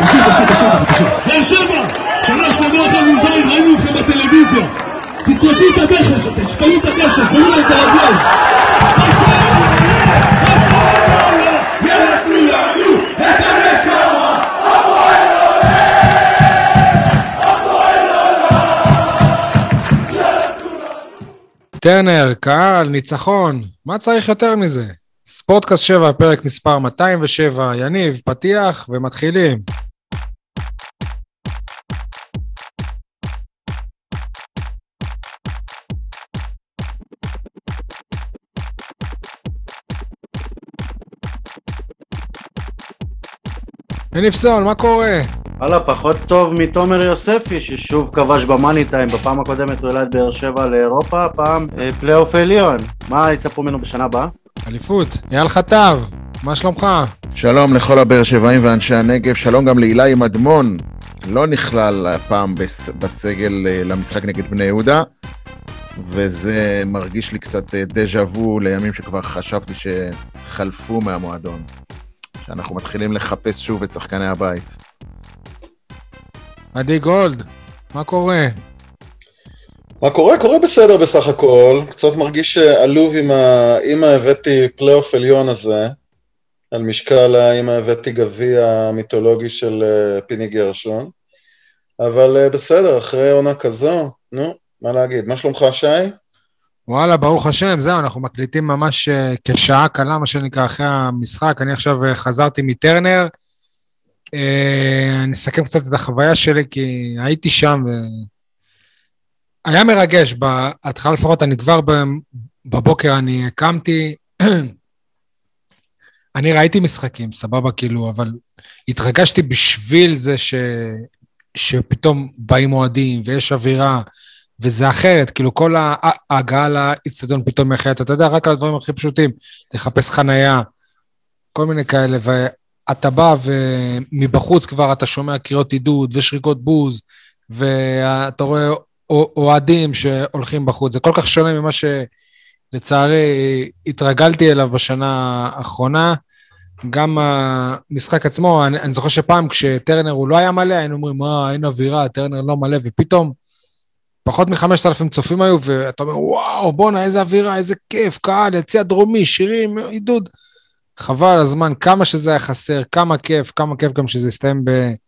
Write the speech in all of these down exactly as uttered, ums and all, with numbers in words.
תשאיר, תשאיר, תשאיר, תשאיר. באר שבע! שנה שמונה אחר מזין, ראינו אתכם בטלוויזיה. תשרפו את הדשא, תשקעו את הדשא, תשקעו להם את הרגליים. טרנר, קהל, ניצחון, מה צריך יותר מזה? ספורטקאסט שבע, פרק מספר מאתיים ושבע, יניב, פתיח ומתחילים. יניב סול, מה קורה? הלאה, פחות טוב מתומר יוספי, ששוב כבש במאני טיים, בפעם הקודמת הוא העלה את באר שבע לאירופה, פעם פלייאוף עליון. מה יצפו ממנו בשנה הבאה? אליפות, אייל חטב, מה שלומך? שלום לכל הבאר שבעים ואנשי הנגב, שלום גם לאילי מדמון, לא נכלל הפעם בסגל למשחק נגד בני יהודה, וזה מרגיש לי קצת דז'ה וו לימים שכבר חשבתי שחלפו מהמועדון, שאנחנו מתחילים לחפש שוב את שחקני הבית. עדי גולד, מה קורה? מה קורה? קורה בסדר בסך הכל, קצת מרגיש עלוב עם ה... אם הבאתי פלייאוף עליון הזה, על משקל אם הבאתי גביע המיתולוגי של פיני גרשון, אבל בסדר, אחרי עונה כזו, נו, מה להגיד, מה שלומך שי? וואלה, ברוך השם, זהו, אנחנו מקליטים ממש כשעה קלה, מה שנקרא, אחרי המשחק, אני עכשיו חזרתי מטרנר, אני אסכם קצת את החוויה שלי, כי הייתי שם, היה מרגש, בהתחלה לפחות, אני כבר בבוקר, אני הקמתי, אני ראיתי משחקים, סבבה כאילו, אבל התרגשתי בשביל זה ש... שפתאום באים מועדים, ויש אווירה, וזה אחרת, כאילו כל ההגעה לאצטדיון פתאום אחרת, אתה יודע, רק על הדברים הכי פשוטים, לחפש חנייה, כל מיני כאלה, ואתה בא ומבחוץ כבר אתה שומע קריאות עידוד ושריקות בוז, ואתה רואה אוהדים שהולכים בחוץ, זה כל כך שונה ממה שלצערי התרגלתי אליו בשנה האחרונה, גם המשחק עצמו, אני, אני זוכר שפעם כשטרנר הוא לא היה מלא, היינו אומרים, מה, אין אווירה, טרנר לא מלא, ופתאום פחות מחמשת אלפים צופים היו, ואתה אומר, וואו, בונה, איזה אווירה, איזה כיף, קהל, יציע דרומי, שירים, עידוד. חבל הזמן, כמה שזה היה חסר, כמה כיף, כמה כיף גם שזה יסתיים ב,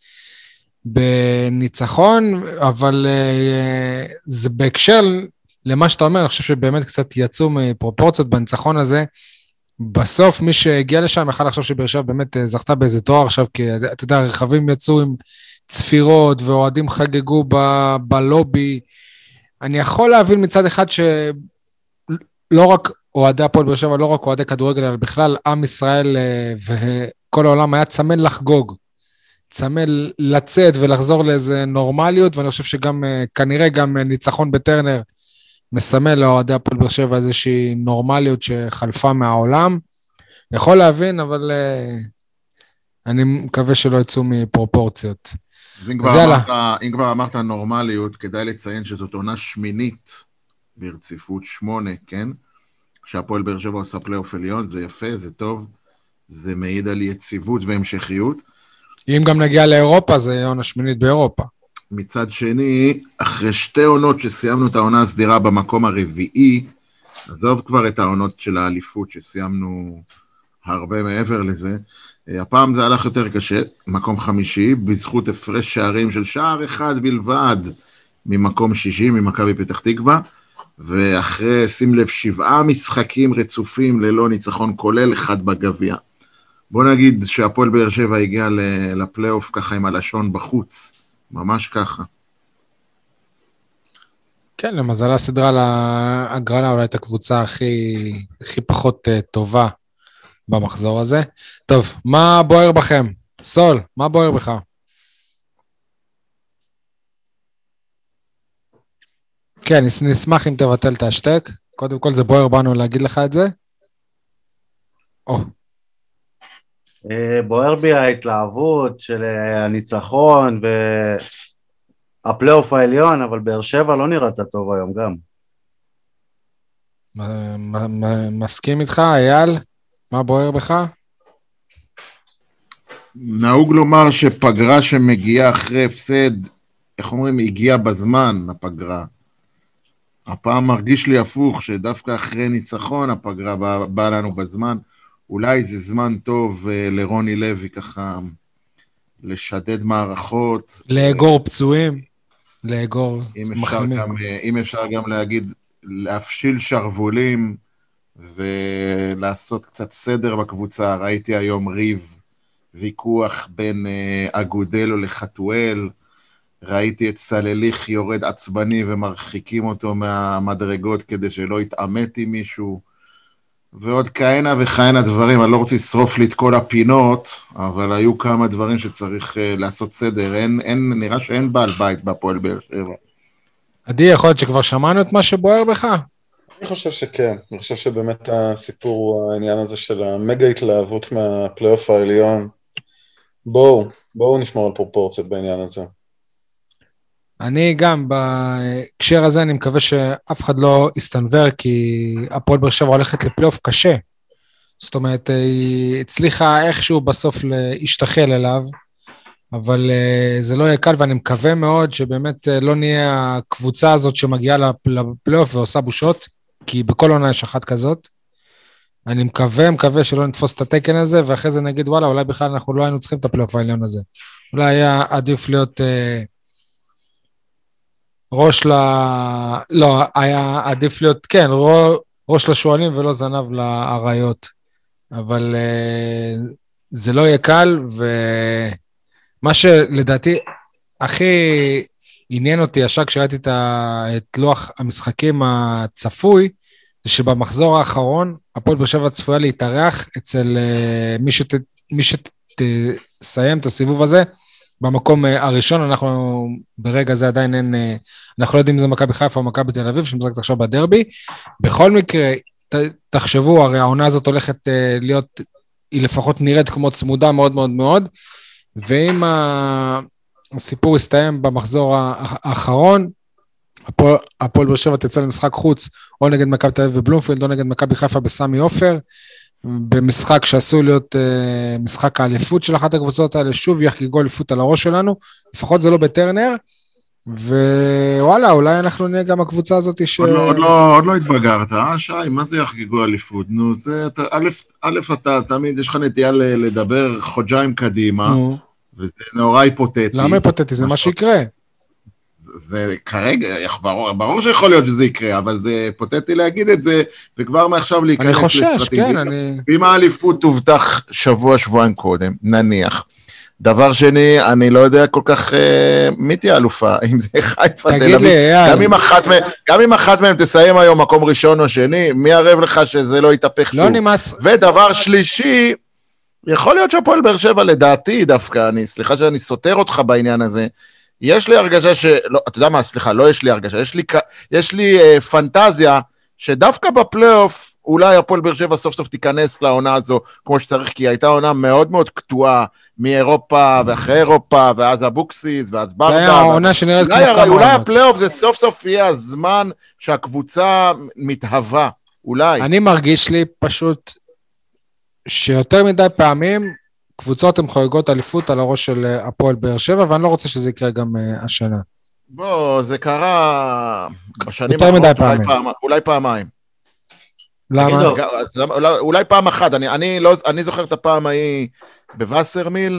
בניצחון, אבל uh, זה בהקשר למה שאתה אומר, אני חושב שבאמת קצת יצאו מפרופורציות בניצחון הזה, בסוף מי שהגיע לשם, יכול לחשוב שבאר שבע באמת זכתה באיזה תואר עכשיו, כי אתה יודע, רכבים יצאו עם צפירות, ואוהדים חגגו ב, בלובי, אני יכול להבין מצד אחד שלא רק אוהדי הפועל באר שבע, לא רק אוהדי כדורגל, אלא בכלל עם ישראל וכל העולם היה צמא לחגוג, צמא לצאת ולחזור לאיזה נורמליות, ואני חושב שגם, כנראה גם ניצחון בטרנר, מסמל לאוהדי הפועל באר שבע איזושהי נורמליות שחלפה מהעולם, יכול להבין, אבל אני מקווה שלא יצאו מפרופורציות. אז אם כבר, אמרת, אם כבר אמרת נורמליות, כדאי לציין שזאת עונה שמינית ברציפות שמונה, כן? כשהפועל באר שבע עושה פלייאוף עליון, זה יפה, זה טוב, זה מעיד על יציבות והמשכיות. אם גם נגיע לאירופה, זה עונה שמינית באירופה. מצד שני, אחרי שתי עונות שסיימנו את העונה הסדירה במקום הרביעי, עזוב כבר את העונות של האליפות שסיימנו הרבה מעבר לזה, הפעם זה הלך יותר קשה, מקום חמישי, בזכות הפרש שערים של שער אחד בלבד, ממקום שישי, ממכבי פתח תקווה, ואחרי, שים לב, שבעה משחקים רצופים ללא ניצחון כולל, אחד בגביע. בוא נגיד שהפועל באר שבע הגיע לפלייאוף ככה עם הלשון בחוץ, ממש ככה. כן, למזלה סדרה להגרלה, אולי את הקבוצה הכי, הכי פחות uh, טובה במחזור הזה. טוב, מה בוער בכם? סול, מה בוער בך? כן, נשמח אם תבטל את השטק. קודם כל זה בוער בנו להגיד לך את זה. או. בוער בי ההתלהבות של הניצחון והפלייאוף העליון, אבל באר שבע לא נראית טוב היום גם. מסכים איתך, אייל? מה בוער בך? נהוג לומר שפגרה שמגיעה אחרי הפסד, איך אומרים, הגיעה בזמן, הפגרה. הפעם מרגיש לי הפוך, שדווקא אחרי ניצחון הפגרה באה בא לנו בזמן. אולי זה זמן טוב לרוני לוי ככה לשדד מערכות. לאגור פצועים, לאגור מחלימים. גם, אם אפשר גם להגיד, להפשיל שרבולים ולעשות קצת סדר בקבוצה. ראיתי היום ריב, ויכוח בין אגודלו לחתואל, ראיתי את סלליך יורד עצבני ומרחיקים אותו מהמדרגות כדי שלא יתעמת עם מישהו, ועוד כהנה וכהנה דברים. אני לא רוצה לשרוף לי את כל הפינות, אבל היו כמה דברים שצריך uh, לעשות סדר. אין, אין, נראה שאין בעל בית בהפועל באר שבע. עדי, יכול להיות שכבר שמענו את מה שבוער בך? אני חושב שכן. אני חושב שבאמת הסיפור הוא העניין הזה של המגה התלהבות מהפלייאוף העליון. בואו, בואו נשמור על פרופורציות בעניין הזה. אני גם בהקשר הזה, אני מקווה שאף אחד לא יסתנבר, כי הפועל באר שבע הולכת לפלייאוף קשה. זאת אומרת, היא הצליחה איכשהו בסוף להשתחל אליו, אבל זה לא יהיה קל, ואני מקווה מאוד שבאמת לא נהיה הקבוצה הזאת שמגיעה לפלייאוף ועושה בושות, כי בכל עונה יש אחת כזאת. אני מקווה, מקווה שלא נתפוס את התקן הזה, ואחרי זה נגיד, וואלה, אולי בכלל אנחנו לא היינו צריכים את הפלייאוף העליון הזה. אולי היה עדיף להיות... ראש ל... לא, היה עדיף להיות, כן, ראש לשואלים ולא זנב לאריות. אבל uh, זה לא יהיה קל, ומה שלדעתי הכי עניין אותי, ישר כשראיתי את, ה... את לוח המשחקים הצפוי, זה שבמחזור האחרון, הפועל באר שבע צפויה להתארח אצל uh, מי, שת... מי שתסיים את הסיבוב הזה, במקום הראשון. אנחנו ברגע זה עדיין אין, אנחנו לא יודעים אם זה מכבי חיפה או מכבי תל אביב, שמשחקת עכשיו בדרבי. בכל מקרה, ת, תחשבו, הרי העונה הזאת הולכת להיות, היא לפחות נראית כמו צמודה מאוד מאוד מאוד, ואם הסיפור יסתיים במחזור האחרון, הפועל באר שבע תצא למשחק חוץ, או נגד מכבי תל אביב בבלומפילד, או נגד מכבי חיפה בסמי עופר, במשחק שעשוי להיות uh, משחק האליפות של אחת הקבוצות האלה, שוב יחגגו אליפות על הראש שלנו, לפחות זה לא בטרנר, ווואלה, אולי אנחנו נהיה גם הקבוצה הזאת ש... עוד לא, עוד לא, עוד לא התבגרת, אה, שי? מה זה יחגגו אליפות? נו, זה, אתה, א', א', אתה תמיד, יש לך נטייה לדבר חודשיים קדימה, נו. וזה נורא היפותטי. למה היפותטי? זה מה שיקרה. זה כרגע, ברור, ברור שיכול להיות שזה יקרה, אבל זה פוטטי להגיד את זה, וכבר מעכשיו להיכנס לסרטים. אני חושש, כן, אני... ואם האליפות תובטח שבוע, שבועיים קודם, נניח. דבר שני, אני לא יודע כל כך אה, מי תהיה אלופה, אם זה חיפה תל אביב. גם אם אחת מהם, גם אם אחת מהם תסיים היום מקום ראשון או שני, מי ערב לך שזה לא יתהפך שוב? לא נמאס. ודבר שלישי, יכול להיות שהפועל באר שבע לדעתי דווקא, אני, סליחה שאני סותר אותך בעניין הזה, יש לי הרגשה ש... לא, אתה יודע מה, סליחה, לא יש לי הרגשה, יש לי, יש לי אה, פנטזיה שדווקא בפלייאוף, אולי הפועל באר שבע סוף סוף תיכנס לעונה הזו כמו שצריך, כי הייתה עונה מאוד מאוד קטועה מאירופה ואחרי אירופה, ואז אבוקסיס, ואז ברדה. זה היה העונה שנראית כמו כמה עונות. אולי הפלייאוף זה סוף סוף יהיה הזמן שהקבוצה מתהווה, אולי. אני מרגיש לי פשוט שיותר מדי פעמים, קבוצות הן חוגגות אליפות על הראש של הפועל באר שבע, ואני לא רוצה שזה יקרה גם uh, השנה. בוא, זה קרה בשנים האחרונות, אולי, פעם, אולי פעמיים. למה? אולי, אולי פעם אחת, אני, אני, לא, אני זוכר את הפעם ההיא בווסרמיל,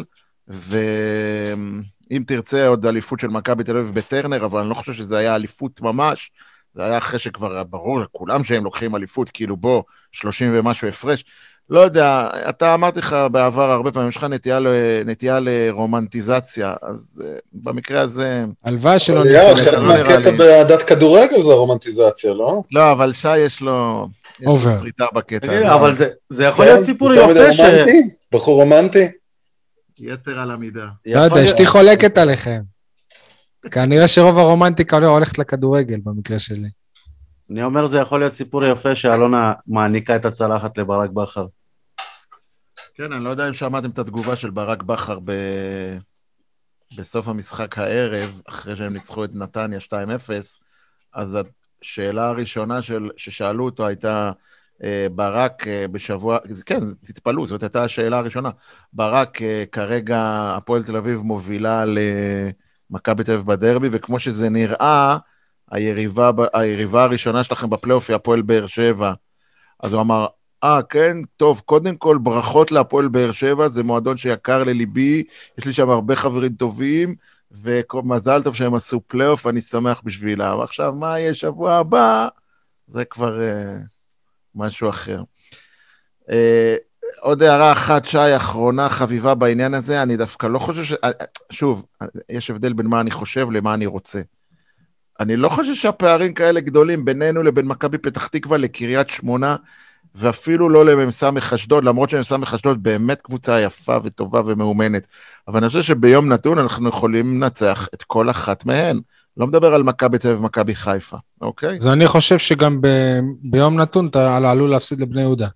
ואם תרצה עוד אליפות של מכבי תל אביב בטרנר, אבל אני לא חושב שזה היה אליפות ממש, זה היה אחרי שכבר ברור לכולם שהם לוקחים אליפות, כאילו בוא, שלושים ומשהו הפרש, לא יודע, אתה אמרתי לך בעבר הרבה פעמים, יש לך נטייה, נטייה לרומנטיזציה, אז uh, במקרה הזה... הלוואי שלא נטייה. יאו, חלק מהקטע בעדת כדורגל זה הרומנטיזציה, לא? לא, אבל שי יש לו... יש לו שריטה בקטע. אבל זה, זה יכול להיות סיפור יפה ש... בחור רומנטי? יתר על המידה. לא יודע, אשתי חולקת עליכם. כנראה שרוב הרומנטיקה הולכת לכדורגל במקרה שלי. אני אומר, זה יכול להיות סיפור יפה שאלונה מעניקה את הצלחת לברק בכר. כן, אני לא יודע אם שמעתם את התגובה של ברק בכר ב... בסוף המשחק הערב, אחרי שהם ניצחו את נתניה שתיים אפס, אז השאלה הראשונה של... ששאלו אותו הייתה, ברק בשבוע, כן, תתפלו, זאת הייתה השאלה הראשונה. ברק כרגע, הפועל תל אביב מובילה למכבי תל אביב בדרבי, וכמו שזה נראה, היריבה, היריבה הראשונה שלכם בפלייאוף היא הפועל באר שבע. אז הוא אמר, אה, כן, טוב, קודם כל ברכות להפועל באר שבע, זה מועדון שיקר לליבי, יש לי שם הרבה חברים טובים, ומזל טוב שהם עשו פלייאוף, אני שמח בשבילם. עכשיו, מה יהיה שבוע הבא? זה כבר uh, משהו אחר. Uh, עוד הערה אחת, שי, אחרונה חביבה בעניין הזה, אני דווקא לא חושב ש... שוב, יש הבדל בין מה אני חושב למה אני רוצה. אני לא חושב שהפערים כאלה גדולים בינינו לבין מכבי פתח תקווה לקריית שמונה, ואפילו לא לממסמך אשדוד, למרות שממסמך אשדוד באמת קבוצה יפה וטובה ומאומנת. אבל אני חושב שביום נתון אנחנו יכולים לנצח את כל אחת מהן. לא מדבר על מכבי תל אביב ומכבי חיפה, אוקיי? אז אני חושב שגם ב... ביום נתון אתה עלול להפסיד לבני יהודה.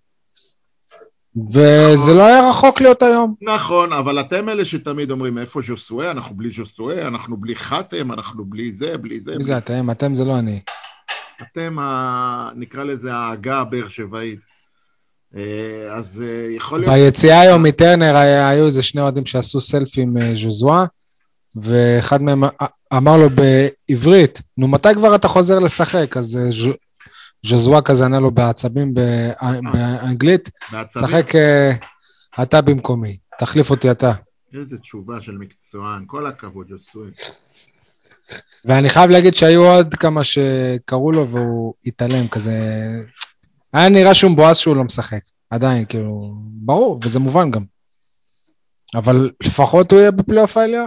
וזה לא היה רחוק להיות היום. נכון, אבל אתם אלה שתמיד אומרים, איפה ז'וסואה? אנחנו בלי ז'וסואה, אנחנו בלי חתם, אנחנו בלי זה, בלי זה. מי זה אתם? אתם זה לא אני. אתם, ה... נקרא לזה ההגה הבאר שבעית. אז יכול להיות... ביציאה היום מטרנר היו איזה שני אוהדים שעשו סלפי עם ז'וזואה, ואחד מהם אמר לו בעברית, נו מתי כבר אתה חוזר לשחק? אז ז'וזואה כזה ענה לו בעצבים באנגלית, שחק אתה במקומי, תחליף אותי אתה. איזה תשובה של מקצוען, כל הכבוד ז'וזואה. ואני חייב להגיד שהיו עוד כמה שקראו לו והוא התעלם כזה... היה נראה שהוא מבואס שהוא לא משחק, עדיין, כאילו, ברור, וזה מובן גם. אבל לפחות הוא יהיה בפלייאוף העליון.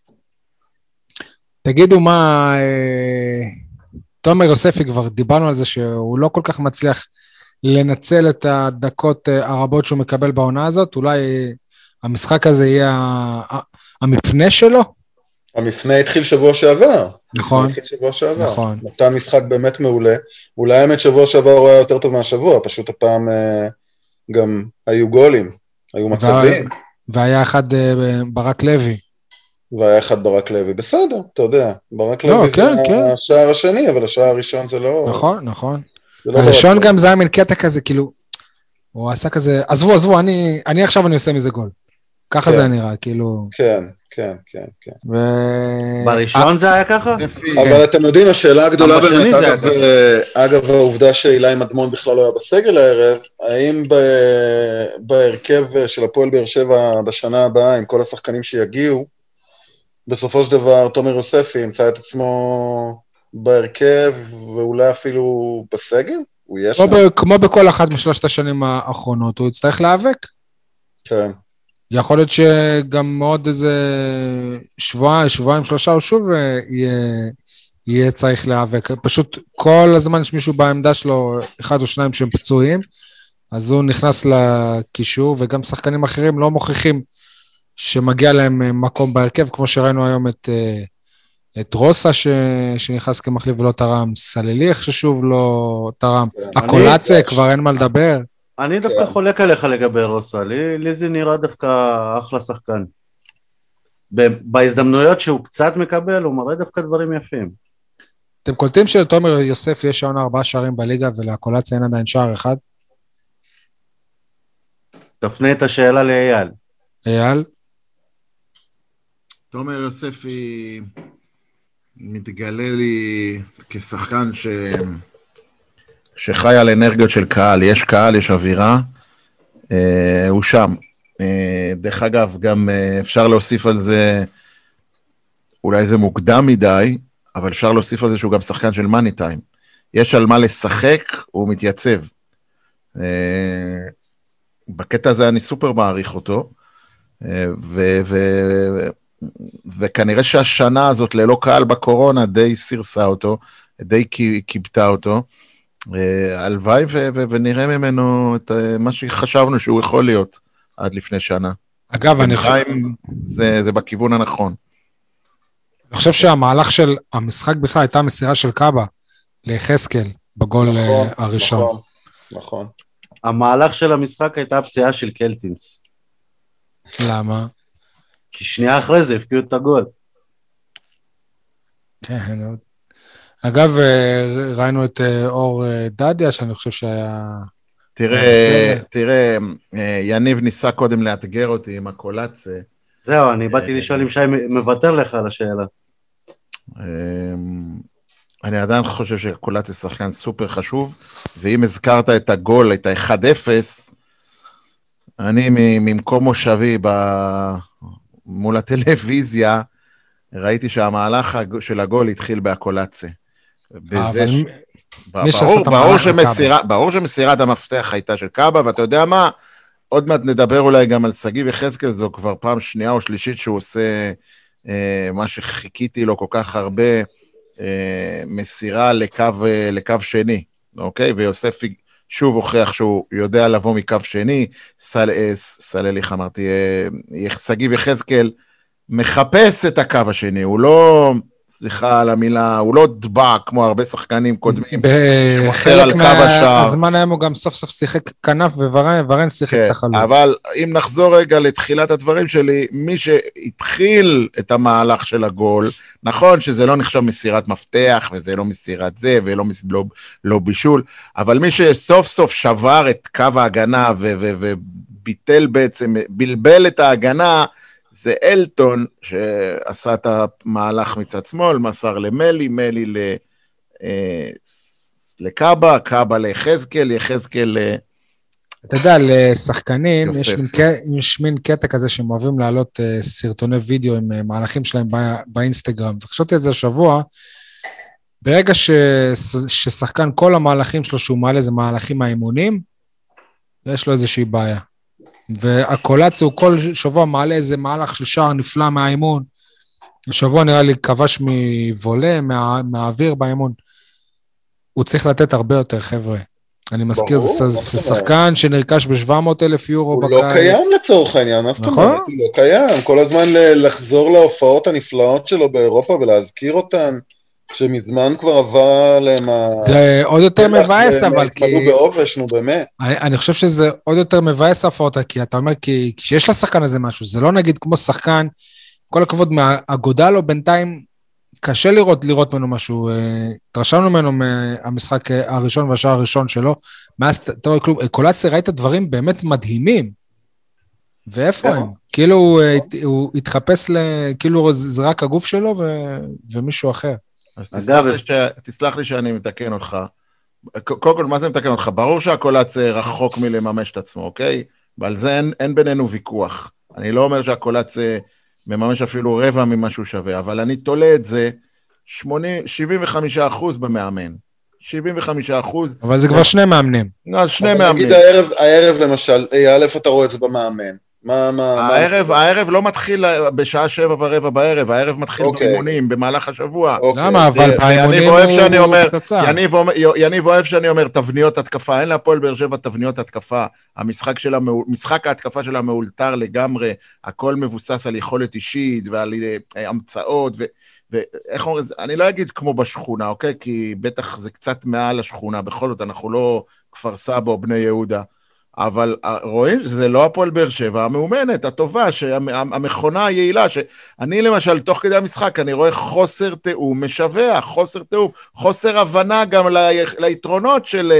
תגידו מה, אה, תומר יוספי כבר דיברנו על זה שהוא לא כל כך מצליח לנצל את הדקות הרבות שהוא מקבל בעונה הזאת, אולי המשחק הזה יהיה המפנה שלו? המפנה התחיל שבוע שעבר. נכון. התחיל שבוע שעבר. נכון. נתן משחק באמת מעולה. אולי האמת שבוע שעבר הוא היה יותר טוב מהשבוע, פשוט הפעם אה, גם היו גולים, היו מצבים. והיה אחד אה, ברק לוי. והיה אחד ברק לוי. בסדר, אתה יודע, ברק לא, לוי כן, זה כן. השער השני, אבל השער הראשון זה לא... נכון, נכון. זה לא הראשון ברק גם זה היה מין קטע כזה, כאילו, הוא עשה כזה, עזבו, עזבו, אני, אני עכשיו אני עושה מזה גול. ככה כן. זה נראה, כאילו... כן, כן, כן, כן. ו... בראשון זה היה ככה? אבל אתם יודעים, השאלה הגדולה בשני באמת, זה אגב, אגב העובדה שאילי מדמון בכלל לא היה בסגל הערב, האם ב- בהרכב של הפועל באר שבע בשנה הבאה, עם כל השחקנים שיגיעו, בסופו של דבר תומר יוספי ימצא את עצמו בהרכב, ואולי אפילו בסגל? הוא יהיה שם? כמו ב- כמו בכל אחת משלושת השנים האחרונות, הוא יצטרך להיאבק. כן. יכול להיות שגם עוד איזה שבועיים, שבועיים, שלושה, הוא שוב יהיה, יהיה צריך להיאבק. פשוט כל הזמן שמישהו בעמדה שלו, אחד או שניים שהם פצועים, אז הוא נכנס לקישור, וגם שחקנים אחרים לא מוכיחים שמגיע להם מקום בהרכב, כמו שראינו היום את, את רוסה ש, שנכנס כמחליף ולא תרם, סלליך ששוב לא תרם, הקולציה כבר אין מה לדבר. אני דווקא חולק עליך לגבי רוסה, לי, לי זה נראה דווקא אחלה שחקן. בהזדמנויות שהוא קצת מקבל, הוא מראה דווקא דברים יפים. אתם קולטים שלתומר יוסף יש שעונה ארבעה שערים בליגה, ולקולציה אין עדיין שער אחד? תפנה את השאלה לאייל. אייל? תומר יוספי מתגלה לי כשחקן ש... שחי על אנרגיות של קהל, יש קהל, יש אווירה, אה, הוא שם. אה, דרך אגב, גם אה, אפשר להוסיף על זה, אולי זה מוקדם מדי, אבל אפשר להוסיף על זה שהוא גם שחקן של מאני טיים. יש על מה לשחק, הוא מתייצב. אה, בקטע הזה אני סופר מעריך אותו, אה, ו... ו וכנראה שהשנה הזאת ללא קהל בקורונה די סירסה אותו, די קיבטה אותו, הלוואי ונראה ממנו את מה שחשבנו שהוא יכול להיות עד לפני שנה. אגב, אני חושב... זה בכיוון הנכון. אני חושב שהמהלך של המשחק בכלל הייתה מסירה של קאבה ליחזקאל בגול הראשון. נכון, נכון. המהלך של המשחק הייתה הפציעה של קלטינס. למה? כי שנייה אחרי זה הפקיעו את הגול. כן, אגב, ראינו את אור דדיה, שאני חושב שהיה תראה, תראה, יניב ניסה קודם לאתגר אותי עם הקולציה. זהו, אני באתי לשאול אם שי מוותר לך על השאלה. אני עדיין חושב שקולציה שחקן סופר חשוב, ואם הזכרת את הגול, את ה-אחד אפס, אני ממקום מושבי מול הטלוויזיה, ראיתי שהמהלך של הגול התחיל בהקולציה. ברור שמסירת המפתח הייתה של קאבה, ואתה יודע מה? עוד מעט נדבר אולי גם על סגיב יחזקאל, זו כבר פעם שנייה או שלישית שהוא עושה מה שחיכיתי לו כל כך הרבה, מסירה לקו, לקו שני, אוקיי? ויוסף שוב הוכיח שהוא יודע לבוא מקו שני, סלליך אמרתי, סגיב יחזקאל מחפש את הקו השני, הוא לא, סליחה על המילה, הוא לא דבק כמו הרבה שחקנים קודמים. בחלק מהזמן היום הוא גם סוף סוף שיחק כנף וורן שיחק את החלוץ. אבל אם נחזור רגע לתחילת הדברים שלי, מי שהתחיל את המהלך של הגול, נכון שזה לא נחשב מסירת מפתח, וזה לא מסירת זה, ולא בישול, אבל מי שסוף סוף שבר את קו ההגנה, וביטל בעצם, בלבל את ההגנה, זה אלטון שעשה את המהלך מצד שמאל, מסר למלי, מלי לקאבה, קאבה ליחזקאל, יחזקאל... אתה יודע, לשחקנים יש מין קטע כזה שהם אוהבים להעלות סרטוני וידאו עם מהלכים שלהם באינסטגרם, וחשבתי על זה השבוע, ברגע ששחקן כל המהלכים שלו שהוא מעלה זה מהלכים מהאימונים, יש לו איזושהי בעיה. והקולציה הוא כל שבוע מעלה איזה מהלך של שער נפלא מהאימון, השבוע נראה לי כבש מבולה, מה, מהאוויר באימון, הוא צריך לתת הרבה יותר חבר'ה, אני מזכיר, זה, זה שחקן שנרכש ב-שבע מאות אלף יורו הוא בקיץ. לא קיים לצורך העניין, אז נכון? אומרת, הוא לא קיים, כל הזמן לחזור להופעות הנפלאות שלו באירופה ולהזכיר אותן, שמזמן כבר עבר להם ה... זה עוד יותר מבאס, אבל כי... התמלאו בעובש, נו באמת. אני, אני חושב שזה עוד יותר מבאס הפעותה, כי אתה אומר, כי כשיש לשחקן הזה משהו, זה לא נגיד כמו שחקן, כל הכבוד מהאגודה לו, בינתיים קשה לראות, לראות ממנו משהו, התרשמנו ממנו מהמשחק הראשון והשעה הראשון שלו, מאז, אתה רואה כלום, קולציה ראית דברים באמת מדהימים, ואיפה הם? כאילו הוא התחפש, כאילו זה רק הגוף שלו ומישהו אחר. אז תסלח לי, ש... תסלח לי שאני מתקן אותך. קודם כל, מה זה מתקן אותך? ברור שהקולציה רחוק מלממש את עצמו, אוקיי? ועל זה אין, אין בינינו ויכוח. אני לא אומר שהקולציה מממש אפילו רבע ממה שהוא שווה, אבל אני תולה את זה שמונים, שבעים וחמישה אחוז במאמן. שבעים וחמישה אחוז. אבל זה כבר שני מאמנים. אז שני מאמנים. נגיד הערב, הערב למשל, א' אתה רואה את זה במאמן. מה, מה, הערב, מה... הערב לא מתחיל בשעה שבע ורבע בערב, הערב מתחיל okay. באימונים במהלך השבוע. Okay. למה? אבל באימונים הוא קצר. יניב אוהב שאני אומר, תבניות התקפה, אין להפועל באר שבע תבניות התקפה, המשחק שלה, משחק ההתקפה שלה מאולתר לגמרי, הכל מבוסס על יכולת אישית ועל המצאות, ו, ואיך אומרים, אני לא אגיד כמו בשכונה, אוקיי? כי בטח זה קצת מעל השכונה, בכל זאת אנחנו לא כפר סבא או בני יהודה, אבל רואים שזה לא הפועל באר שבע המאומנת, הטובה, המכונה היעילה, שאני למשל, תוך כדי המשחק, אני רואה חוסר תאום משווה, חוסר תאום, חוסר הבנה גם ליתרונות של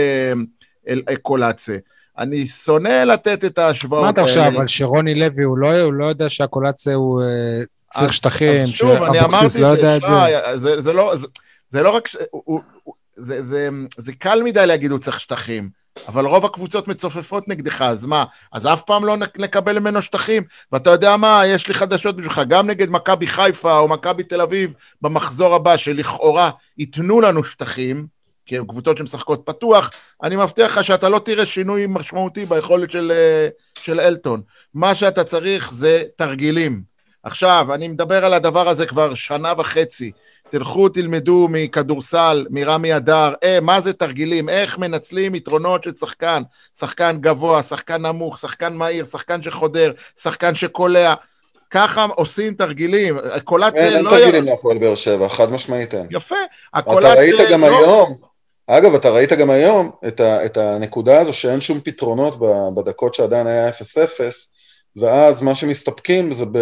קולציה. אני שונא לתת את ההשוואות. מה אתה חושב, אבל שרוני לוי, הוא לא, הוא לא יודע שהקולציה הוא צריך שטחים, שהבוקסיס לא יודע את זה. זה, זה לא, זה, זה לא רק, הוא, זה, זה, זה קל מדי להגיד הוא צריך שטחים. אבל רוב הקבוצות מצופפות נגדך, אז מה? אז אף פעם לא נקבל ממנו שטחים, ואתה יודע מה, יש לי חדשות בשבילך, גם נגד מכבי חיפה או מכבי תל אביב, במחזור הבא שלכאורה ייתנו לנו שטחים, כי הן קבוצות שמשחקות פתוח, אני מבטיח לך שאתה לא תראה שינוי משמעותי ביכולת של, של אלטון. מה שאתה צריך זה תרגילים. עכשיו, אני מדבר על הדבר הזה כבר שנה וחצי, תלכו, תלמדו מכדורסל, מרמי אדר, אה, מה זה תרגילים, איך מנצלים יתרונות של שחקן, שחקן גבוה, שחקן נמוך, שחקן מהיר, שחקן שחודר, שחקן שקולע, ככה עושים תרגילים, הקולציה אין, לא... אין תרגילים להפועל באר שבע, חד משמעית אין. יפה, הקולציה... אתה ראית גם לא... היום, אגב, אתה ראית גם היום את, ה, את הנקודה הזו שאין שום פתרונות בדקות שעדיין היה אפס אפס, ואז מה שמסתפקים זה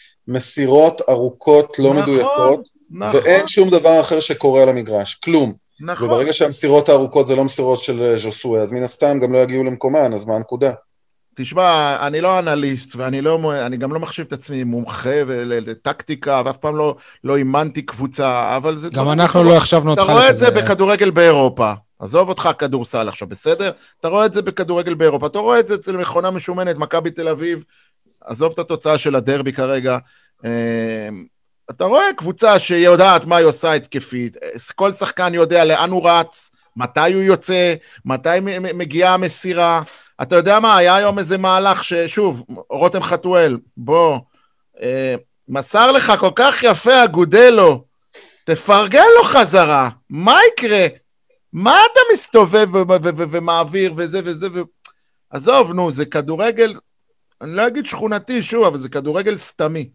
במסירות ארוכות לא נכון. מדויקות, נכון. ואין שום דבר אחר שקורה על המגרש, כלום. נכון. וברגע שהמסירות הארוכות זה לא מסירות של ז'וסוי, אז מן הסתם גם לא יגיעו למקומן, אז מה הנקודה? תשמע, אני לא אנליסט, ואני לא, אני גם לא מחשיב את עצמי מומחה ולטקטיקה, ואף פעם לא, לא אימנתי קבוצה, אבל זה... גם אנחנו לא החשבנו אותך... אתה רואה את זה בכדורגל באירופה, עזוב אותך כדורסל עכשיו, בסדר? אתה רואה את זה בכדורגל באירופה, אתה רואה את זה אצל מכונה משומנת, מכבי תל אביב, עזוב את התוצאה של הדרבי כרגע, אתה רואה קבוצה שיודעת מה היא עושה התקפית, כל שחקן יודע לאן הוא רץ, מתי הוא יוצא, מתי מגיעה המסירה, אתה יודע מה, היה היום איזה מהלך ששוב, רותם חתואל, בוא, אה, מסר לך כל כך יפה אגודלו, תפרגן לו חזרה, מה יקרה? מה אתה מסתובב ומעביר וזה וזה ו... עזוב, נו, זה כדורגל, אני לא אגיד שכונתי שוב, אבל זה כדורגל סתמי.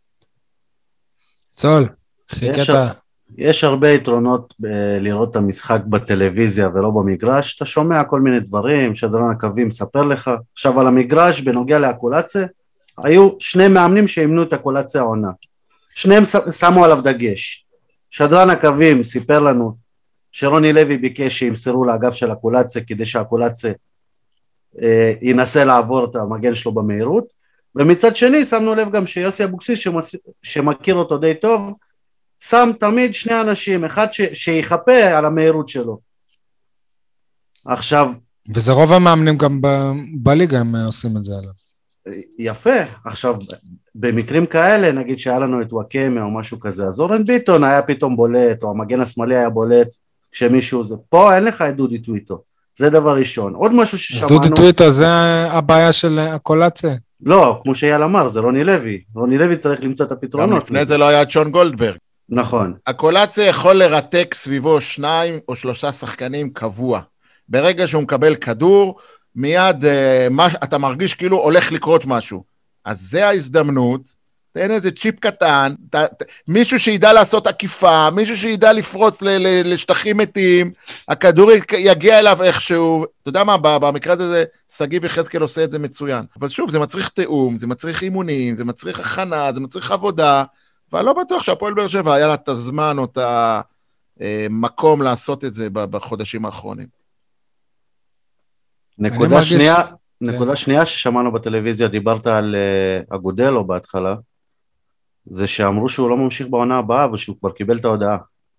צול, חיכת... יש הרבה יתרונות ב- לראות את המשחק בטלוויזיה ולא במגרש, אתה שומע כל מיני דברים, שדרן הקווים מספר לך, עכשיו על המגרש בנוגע לאקולציה, היו שני מאמנים שאימנו את אקולציה העונה, שניהם שמו עליו דגש, שדרן הקווים סיפר לנו שרוני לוי ביקש שימסרו לאגף של אקולציה, כדי שהאקולציה אה, ינסה לעבור את המגן שלו במהירות, ומצד שני שמנו לב גם שיוסי אבוקסיס שמס... שמכיר אותו די טוב, שם תמיד שני אנשים, אחד ש... שיחפה על המהירות שלו. עכשיו... וזה רוב המאמנים גם ב... בליגה הם עושים את זה עליו. יפה. עכשיו, במקרים כאלה, נגיד שהיה לנו את וואקמה או משהו כזה, אז אורן ביטון היה פתאום בולט, או המגן השמאלי היה בולט, כשמישהו זה... פה אין לך את דודי טוויטו. זה דבר ראשון. עוד משהו ששמענו... דודי טוויטו זה הבעיה של הקולציה? לא, כמו שאייל אמר, זה רוני לוי. רוני לוי צריך למצוא את הפתרונות. גם לפני זה לא היה צ'ון גולדברג. נכון. הקולציה יכול לרתק סביבו שניים או שלושה שחקנים קבוע. ברגע שהוא מקבל כדור, מיד אה, מה, אתה מרגיש כאילו הולך לקרות משהו. אז זה ההזדמנות, תן איזה צ'יפ קטן, ת, ת, מישהו שידע לעשות עקיפה, מישהו שידע לפרוץ ל, ל, לשטחים מתים, הכדור יגיע אליו איכשהו, אתה יודע מה, במקרה הזה זה, סגיב יחזקאל עושה את זה מצוין. אבל שוב, זה מצריך תאום, זה מצריך אימונים, זה מצריך הכנה, זה מצריך עבודה, ואני לא בטוח שהפועל באר שבע היה לה את הזמן או את המקום לעשות את זה בחודשים האחרונים. נקודה שנייה, נקודה שנייה ששמענו בטלוויזיה, דיברת על אגודלו בהתחלה, זה שאמרו שהוא לא ממשיך בעונה הבאה, ושהוא כבר קיבל את ההודעה.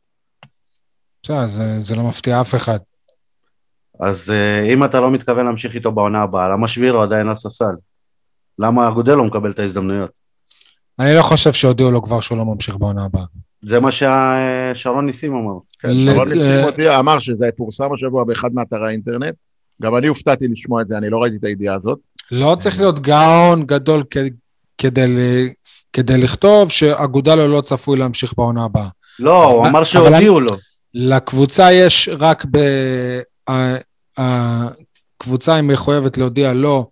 זה, זה לא מפתיע אף אחד. אז אם אתה לא מתכוון להמשיך איתו בעונה הבאה, למה שבירו עדיין לספסל? למה אגודלו מקבל את ההזדמנויות? אני לא חושב שהודיעו לו כבר שהוא לא ממשיך בעונה הבאה. זה מה ששרון ניסים אמר. כן, שרון ניסים אותי אמר שזה פורסם השבוע באחד מאתרי האינטרנט, גם אני הופתעתי לשמוע את זה, אני לא ראיתי את הידיעה הזאת. לא צריך להיות גאון גדול כדי, כדי לכתוב שאגודלו לא צפוי להמשיך בעונה הבאה. לא, הוא אמר שהודיעו לו. לקבוצה יש רק ב... הקבוצה היא מחויבת להודיע לו,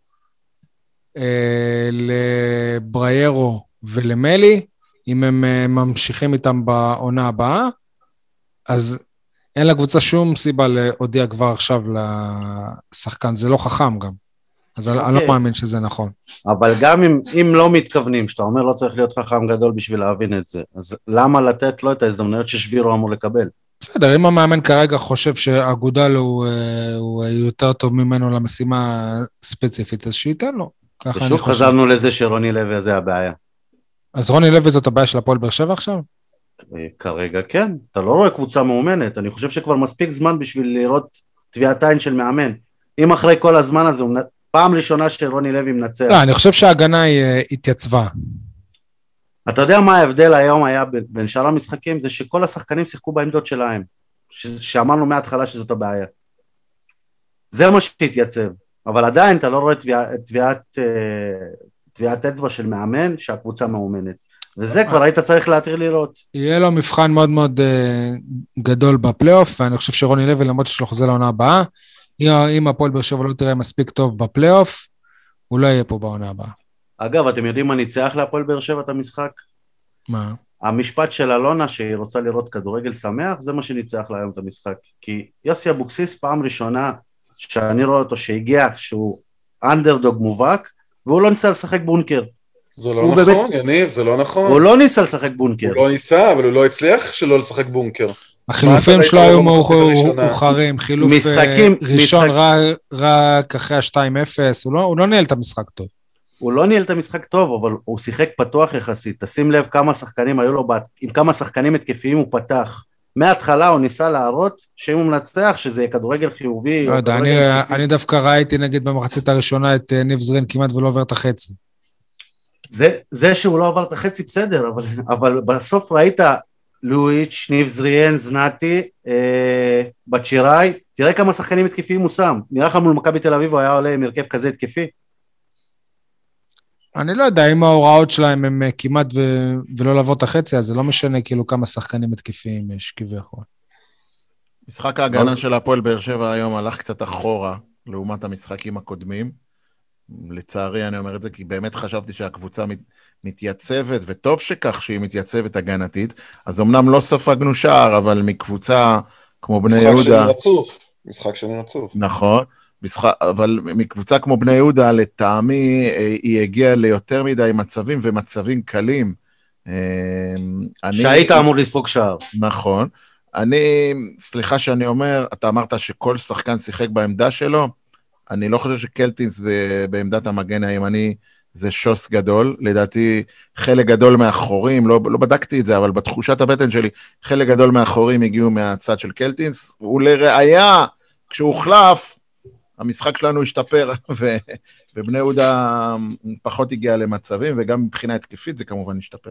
לבריירו ולמלי, אם הם ממשיכים איתם בעונה הבאה, אז אין לקבוצה שום סיבה להודיע כבר עכשיו לשחקן, זה לא חכם גם, אז okay. אני לא מאמין שזה נכון. אבל גם אם, אם לא מתכוונים, שאתה אומר לא צריך להיות חכם גדול בשביל להבין את זה, אז למה לתת לו את ההזדמנויות ששבירו אמור לקבל? בסדר, אם המאמן כרגע חושב שאגודל הוא, הוא יותר טוב ממנו למשימה ספציפית, אז שייתן לו. ושוב חזרנו לזה שרוני לוי זה הבעיה. אז רוני לוי זאת הבעיה של הפועל באר שבע עכשיו? כרגע כן, אתה לא רואה קבוצה מאומנת, אני חושב שכבר מספיק זמן בשביל לראות טביעת עין של מאמן. אם אחרי כל הזמן הזה, פעם ראשונה שרוני לוי מנצח. לא, אני חושב שההגנה היא התייצבה. אתה יודע מה ההבדל היום היה בין שאר המשחקים? זה שכל השחקנים שיחקו בעמדות שלהם, שאמרנו מההתחלה שזאת הבעיה. זה מה שהתייצב, אבל עדיין אתה לא רואה טביעת, טביעת אצבע של מאמן שהקבוצה מאומנת. וזה כבר היית צריך להתחיל לראות. יהיה לו מבחן מאוד מאוד גדול בפלייאוף, ואני חושב שרוני לוי למרות שלא חוזר לעונה הבאה, אם הפועל באר שבע לא תראה מספיק טוב בפלייאוף, הוא לא יהיה פה בעונה הבאה. אגב, אתם יודעים מה ניצח להפועל באר שבע את המשחק? מה? המשפט של אלונה שהיא רוצה לראות כדורגל שמח, זה מה שניצח לה היום את המשחק. כי יוסי אבוקסיס פעם ראשונה שאני רואה אותו שהגיע, שהוא אנדרדוג מובהק, והוא לא ניסה לשחק בונקר. זה לא נכון, באמת... יניב, זה לא נכון. הוא לא ניסה לשחק בונקר. הוא לא ניסה, אבל הוא לא הצליח שלא לשחק בונקר. החילופים שלו היו מאוחרים, חילוף ראשון רק אחרי ה-שתיים אפס, הוא לא ניהל את המשחק טוב. הוא לא ניהל את המשחק טוב, אבל הוא שיחק פתוח יחסית, תשים לב כמה שחקנים היו לו, עם כמה שחקנים התקפיים הוא פתח, מההתחלה הוא ניסה להראות שאם הוא מנצח, שזה יהיה כדורגל חיובי. לא יודע, אני דווקא ראיתי נגיד במחצית הראשונה את ניב זרין כמעט ולא עובר את החצי. זה שהוא לא עובר את החצי בסדר, אבל בסוף ראית לואיץ', ניב זריאן, זנתי, בצ'יראי, תראה כמה שחקנים התקפיים הוא שם, נראה לך מול מכבי תל אביב הוא היה עולה עם הרכב כזה התקפי? אני לא יודע, אם ההוראות שלהם הם כמעט ו... ולא לעבור את החצי, אז זה לא משנה כאילו כמה שחקנים התקפיים יש כביכול. משחק ההגנה של הפועל באר שבע היום הלך קצת אחורה, לעומת המשחקים הקודמים. לצערי אני אומר את זה, כי באמת חשבתי שהקבוצה מת... מתייצבת, וטוב שכך שהיא מתייצבת הגנתית, אז אמנם לא ספגנו שער, אבל מקבוצה כמו בני יהודה... משחק שני רצוף, משחק שני רצוף. נכון. אבל מקבוצה כמו בני יהודה, לטעמי, היא הגיעה ליותר מדי מצבים ומצבים קלים. שהיית אמור לספוג שער. נכון. אני, סליחה שאני אומר, אתה אמרת שכל שחקן שיחק בעמדה שלו, אני לא חושב שקלטינס בעמדת המגן הימני זה שוס גדול, לדעתי חלק גדול מהאחורים, לא, לא בדקתי את זה, אבל בתחושת הבטן שלי, חלק גדול מהאחורים הגיעו מהצד של קלטינס, ולראיה, כשהוא חלף, המשחק שלנו השתפר, ו... ובני יהודה פחות הגיע למצבים, וגם מבחינה התקפית זה כמובן השתפר.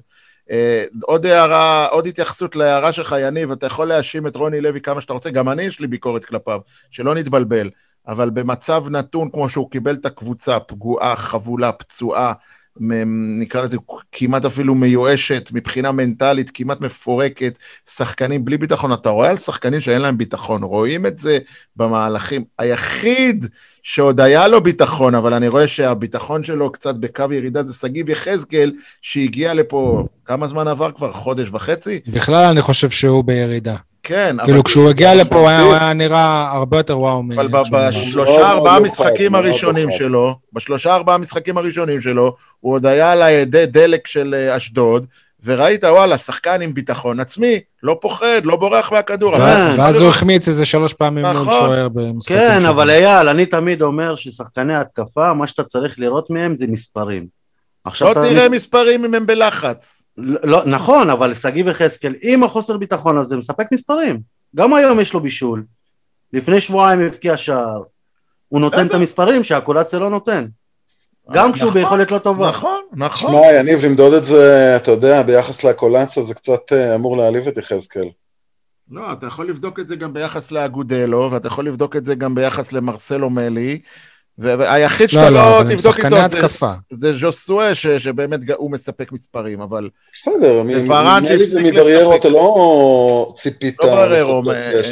עוד הערה, עוד התייחסות להערה שלך, יניב, אתה יכול להאשים את רוני לוי כמה שאתה רוצה, גם אני יש לי ביקורת כלפיו, שלא נתבלבל, אבל במצב נתון כמו שהוא קיבל את הקבוצה, פגועה, חבולה, פצועה, נקרא לזה כמעט אפילו מיואשת, מבחינה מנטלית, כמעט מפורקת, שחקנים בלי ביטחון, אתה רואה על שחקנים שאין להם ביטחון, רואים את זה במהלכים, היחיד שעוד היה לו ביטחון, אבל אני רואה שהביטחון שלו קצת בקו ירידה, זה סגיב יחזקאל, שהגיע לפה, כמה זמן עבר כבר? חודש וחצי? בכלל אני חושב שהוא בירידה. כן, כאילו כשהוא הגיע לפה הוא היה נראה הרבה יותר וואו. אבל בשלושה ארבעה משחקים הראשונים שלו, בשלושה ארבעה משחקים הראשונים שלו, הוא עוד היה על הידי דלק של אשדוד, וראית, וואלה, שחקן עם ביטחון עצמי, לא פוחד, לא בורח מהכדור. ואז הוא החמיץ איזה שלוש פעמים מול שוער במשחקים. כן, אבל אייל, אני תמיד אומר ששחקני התקפה, מה שאתה צריך לראות מהם זה מספרים. לא תראה מספרים אם הם בלחץ. לא, נכון, אבל סגי וחזקאל, עם החוסר ביטחון הזה, מספק מספרים. גם היום יש לו בישול. לפני שבועיים הפקיע שער. הוא נותן את המספרים שהקולציה לא נותן. גם כשהוא ביכולת לא טובה. נכון, נכון. שמע, יניב, למדוד את זה, אתה יודע, ביחס לקולציה, זה קצת אמור להעליב את יחזקאל. לא, אתה יכול לבדוק את זה גם ביחס לאגודלו, ואתה יכול לבדוק את זה גם ביחס למרסלו מלי, והיחיד שאתה לא תבדוק איתו זה ז'וסואה, שבאמת הוא מספק מספרים, אבל... בסדר, מלי ומבריירו אתה לא ציפית... לא בריירו,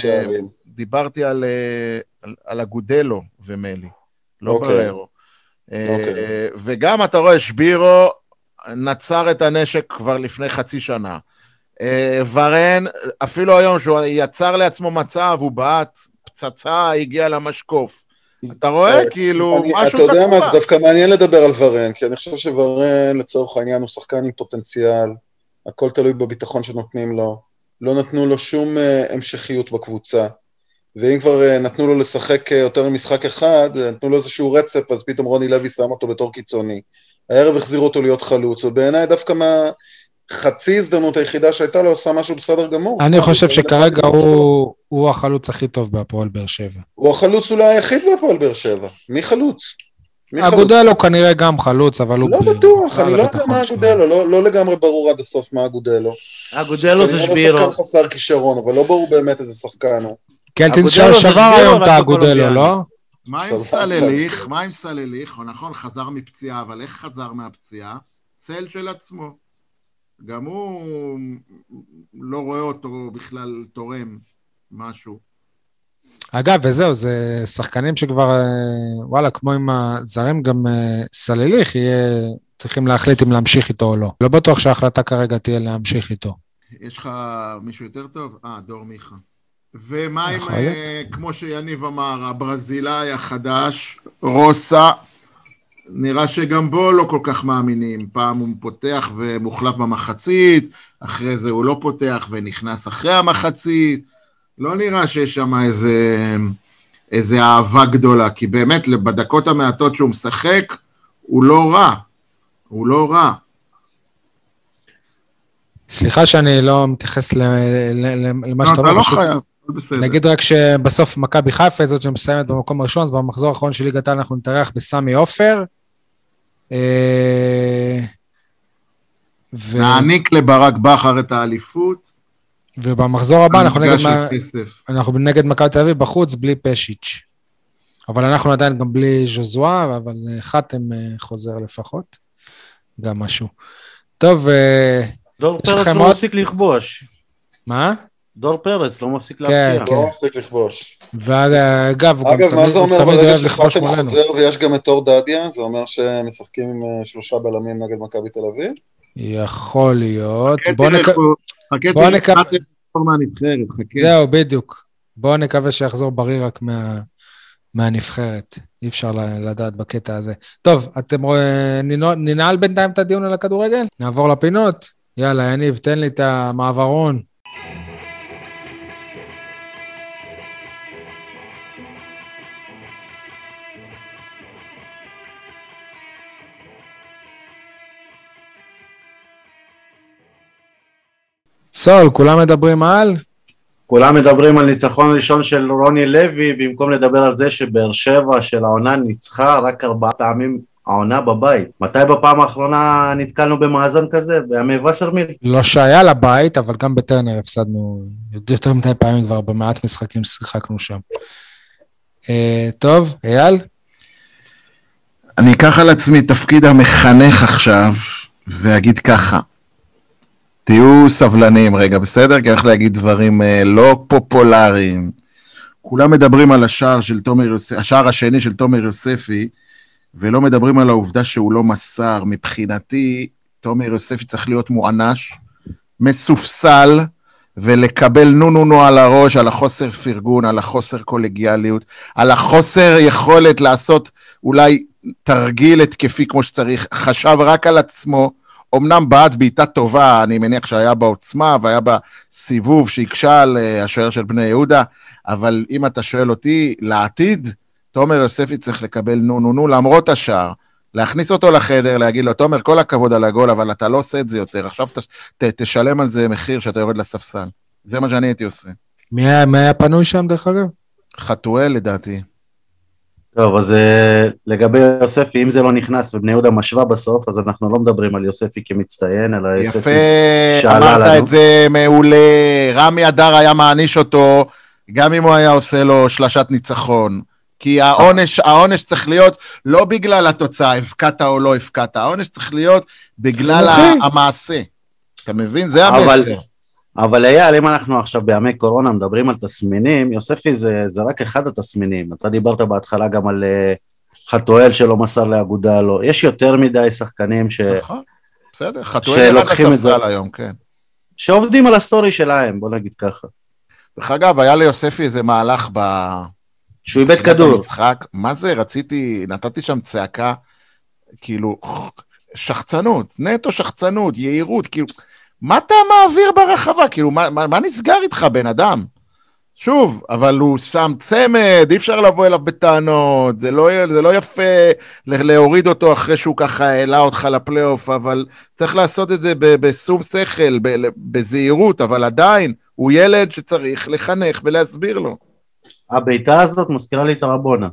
דיברתי על אגודלו ומלי, לא בריירו. וגם אתה רואה, שבירו נצר את הנשק כבר לפני חצי שנה. ורן, אפילו היום שהוא יצר לעצמו מצב, הוא בעט, פצצה, הגיע למשקוף. אתה רואה כאילו משהו תקופה. אתה יודע מה, זה דווקא מעניין לדבר על ורן, כי אני חושב שוורן לצורך העניין הוא שחקן עם פוטנציאל, הכל תלוי בביטחון שנותנים לו, לא נתנו לו שום המשכיות בקבוצה, ואם כבר נתנו לו לשחק יותר ממשחק אחד, נתנו לו איזשהו רצף, אז פתאום רוני לוי שם אותו בתור קיצוני. הערב החזירו אותו להיות חלוץ, ובעיניי דווקא מה... חצי הזדמנות היחידה שהייתה לו עושה משהו בסדר גמור. אני חושב שכרגע הוא החלוץ הכי טוב בהפועל באר שבע. הוא החלוץ אולי היחיד בהפועל באר שבע. מי חלוץ? אגודלו כנראה גם חלוץ, אבל הוא... לא בטוח, אני לא יודע מה אגודלו, לא לגמרי ברור עד הסוף מה אגודלו. אגודלו זה שבירו. אני לא שחקן חסר כישרון, אבל לא ברור באמת איזה שחקן הוא. קלטינס שבר היום את האגודלו, לא? מה עם סלליך? מה עם סלליך? נכון, חזר מפציעה, אבל איך חזר מהפציעה? צל של עצמו. גם הוא לא רואה אותו בכלל תורם משהו. אגב, וזהו, זה שחקנים שכבר, וואלה, כמו עם הזרים, גם סלליך, יהיה, צריכים להחליט אם להמשיך איתו או לא. לא בטוח שההחלטה כרגע תהיה להמשיך איתו. יש לך מישהו יותר טוב? אה, דור מיכה. ומה עם, כמו שיניב אמר, הברזילאי החדש, רוסה, נראה שגם בו לא כל כך מאמינים, פעם הוא פותח ומוחלף במחצית, אחרי זה הוא לא פותח ונכנס אחרי המחצית, לא נראה שיש שם איזה, איזה אהבה גדולה, כי באמת בדקות המעטות שהוא משחק, הוא לא רע, הוא לא רע. סליחה שאני לא מתייחס למה שאתה אומר, לא חייב, בסדר. נגיד רק שבסוף מכבי חיפה זאת שמסיימת במקום הראשון, אז במחזור האחרון של ליגת העל אנחנו נתארח בסמי עופר, נעניק לברק בכר את האליפות, ובמחזור הבא אנחנו נגד מכבי תל אביב בחוץ בלי פשיץ', אבל אנחנו עדיין גם בלי ז'וזואה, אבל חתם חוזר לפחות, גם משהו. טוב, דור פרץ לא מפסיק לכבוש. מה? דור פרץ לא מפסיק להפתיע. לא מפסיק לכבוש. ואגב, אגב, מה זה אומר ברגע שחתם חוזר ויש גם את אור דדיה? זה אומר שמשחקים עם שלושה בלמים נגד מכבי תל אביב? יכול להיות. בוא נקווה. זהו, בדיוק. בוא נקווה שיחזור בריא רק מהנבחרת. אי אפשר לדעת בקטע הזה. טוב, אתם רואים, ננעל בינתיים את הדיון על הכדורגל? נעבור לפינות? יאללה, יניב, תן לי את המעברון. סול, כולם מדברים על? כולם מדברים על ניצחון ראשון של רוני לוי, במקום לדבר על זה שבאר שבע של העונה ניצחה רק ארבעה פעמים העונה בבית. מתי בפעם האחרונה נתקלנו במאזן כזה? בימי וסרמיל? לא שהיה לבית, אבל גם בטרנר הפסדנו יותר מדי פעמים כבר, במעט משחקים ששיחקנו שם. טוב, אייל? אני אקח על עצמי תפקיד המחנך עכשיו, ואגיד ככה. תהיו סבלנים רגע, בסדר? כי אני הולך להגיד דברים אה, לא פופולריים. כולם מדברים על השער של תומר יוספי, השער השני של תומר יוספי, ולא מדברים על העובדה שהוא לא מסר. מבחינתי, תומר יוספי צריך להיות מוענש, מסופסל, ולקבל נו נו נו על הראש, על החוסר פרגון, על החוסר קולגיאליות, על החוסר יכולת לעשות אולי תרגיל התקפי כמו שצריך, חשב רק על עצמו, אמנם בעט בעיטה טובה, אני מניח שהיה בעוצמה, והיה בסיבוב שהקשה על השוער של בני יהודה, אבל אם אתה שואל אותי, לעתיד, תומר יוספי צריך לקבל נו נו נו, למרות השער, להכניס אותו לחדר, להגיד לו, תומר, כל הכבוד על הגול, אבל אתה לא עושה את זה יותר, עכשיו ת, ת, תשלם על זה מחיר שאתה יורד לספסל. זה מה שאני הייתי עושה. מי היה, מי היה פנוי שם דרך אגב? חתואל לדעתי. טוב, אז לגבי יוספי, אם זה לא נכנס ובני יהודה משווה בסוף, אז אנחנו לא מדברים על יוספי כמצטיין, אלא יוספי שעלה לנו. יפה, אמרת את זה מעולה, רמי אדר היה מעניש אותו, גם אם הוא היה עושה לו שלשת ניצחון, כי העונש, העונש צריך להיות לא בגלל התוצאה, הפקעת או לא הפקעת, העונש צריך להיות בגלל המעשה. אתה מבין? זה המסר. אבל אייל, אם אנחנו עכשיו בימי קורונה מדברים על תסמינים, יוספי זה, זה רק אחד התסמינים. אתה דיברת בהתחלה גם על uh, חתואל שלא מסר לאגודה, לא. יש יותר מדי שחקנים ש... נכון, בסדר, חתואל רק לספסל היום, כן. שעובדים על הסטורי שלהם, בוא נגיד ככה. דרך אגב, היה ליוספי איזה מהלך ב... שהוא איבד כדור. במשחק. מה זה? רציתי, נתתי שם צעקה, כאילו, שחצנות, נטו שחצנות, יהירות, כאילו... מה אתה מעביר ברחבה? כאילו, מה, מה, מה נסגר איתך, בן אדם? שוב, אבל הוא שם צמד, אי אפשר לבוא אליו בטענות, זה לא, זה לא יפה להוריד אותו אחרי שהוא ככה העלה אותך לפלייאוף, אבל צריך לעשות את זה בסום שכל, בזהירות, אבל עדיין, הוא ילד שצריך לחנך ולהסביר לו. הביתה הזאת מזכירה לי את הרבונה.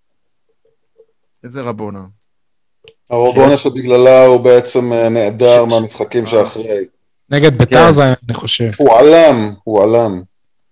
איזה רבונה? הרבונה שבגללה הוא בעצם נעדר מהמשחקים שאחרי. נגד ביתר זה, אני חושב. הוא עלם, הוא עלם.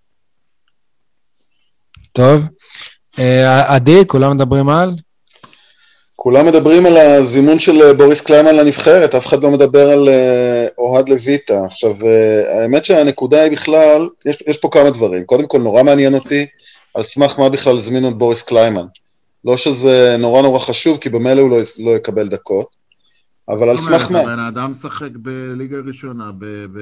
טוב. עדי, כולם מדברים על? כולם מדברים על הזימון של בוריס קליימן לנבחרת, אף אחד לא מדבר על אוהד לויטה. עכשיו, האמת שהנקודה היא בכלל, יש, יש פה כמה דברים. קודם כל, נורא מעניין אותי, על סמך מה בכלל הזמינו את בוריס קליימן. לא שזה נורא נורא חשוב, כי במילא הוא לא, לא יקבל דקות. אבל על סמך מה? הבן האדם משחק בליגה ראשונה,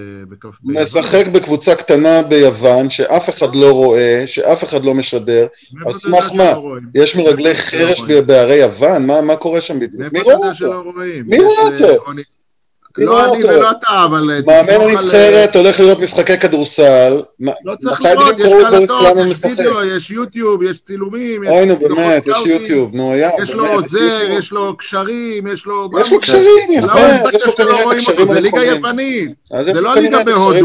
משחק בקבוצה קטנה ביוון, שאף אחד לא רואה, שאף אחד לא משדר, על סמך מה? יש מרגלי חרש בערי יוון? מה קורה שם בדיוק? מי רואה אותו? מי רואה אותו? לא אני ולא אתה, אבל... מאמן הנבחרת הולך לראות משחקי כדורסל. לא צריך לראות, יש קלטות, יש וידאו, יש יוטיוב, יש צילומים. אוי נו באמת, יש יוטיוב, נו היה. יש לו עוזר, יש לו קשרים, יש לו... יש לו קשרים, יפה, יש לו כנראה את הקשרים הנכונים. זה ליגה יוונית, זה לא ליגה בהודו.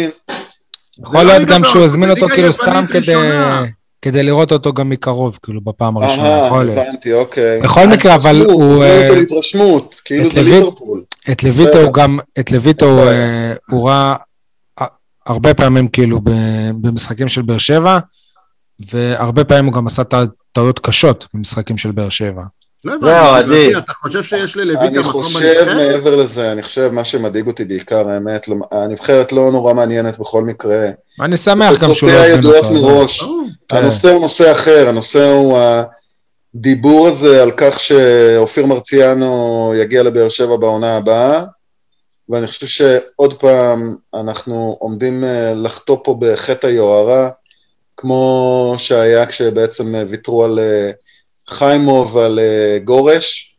יכול להיות גם שהוא הזמין אותו כאילו סתם כדי לראות אותו גם מקרוב, כאילו בפעם הראשונה. אהה, הבנתי, אוקיי. בכל מקרה, אבל הוא... תזמין אותו להתרשמות, כאילו זה ליברפול. את לויטו הוא גם, את לויטו הוא ראה הרבה פעמים כאילו במשחקים של באר שבע, והרבה פעמים הוא גם עשה טעויות קשות במשחקים של באר שבע. זהו, עדי. אתה חושב שיש ללויטו אני חושב מעבר לזה, אני חושב מה שמדאיג אותי בעיקר, האמת, הנבחרת לא נורא מעניינת בכל מקרה. אני שמח גם שהוא לא הזמין אותו. הנושא הוא נושא אחר, הנושא הוא הדיבור הזה על כך שאופיר מרציאנו יגיע לבאר שבע בעונה הבאה, ואני חושב שעוד פעם אנחנו עומדים לחטוא פה בחטא היוהרה, כמו שהיה כשבעצם ויתרו על חיימוב ועל גורש,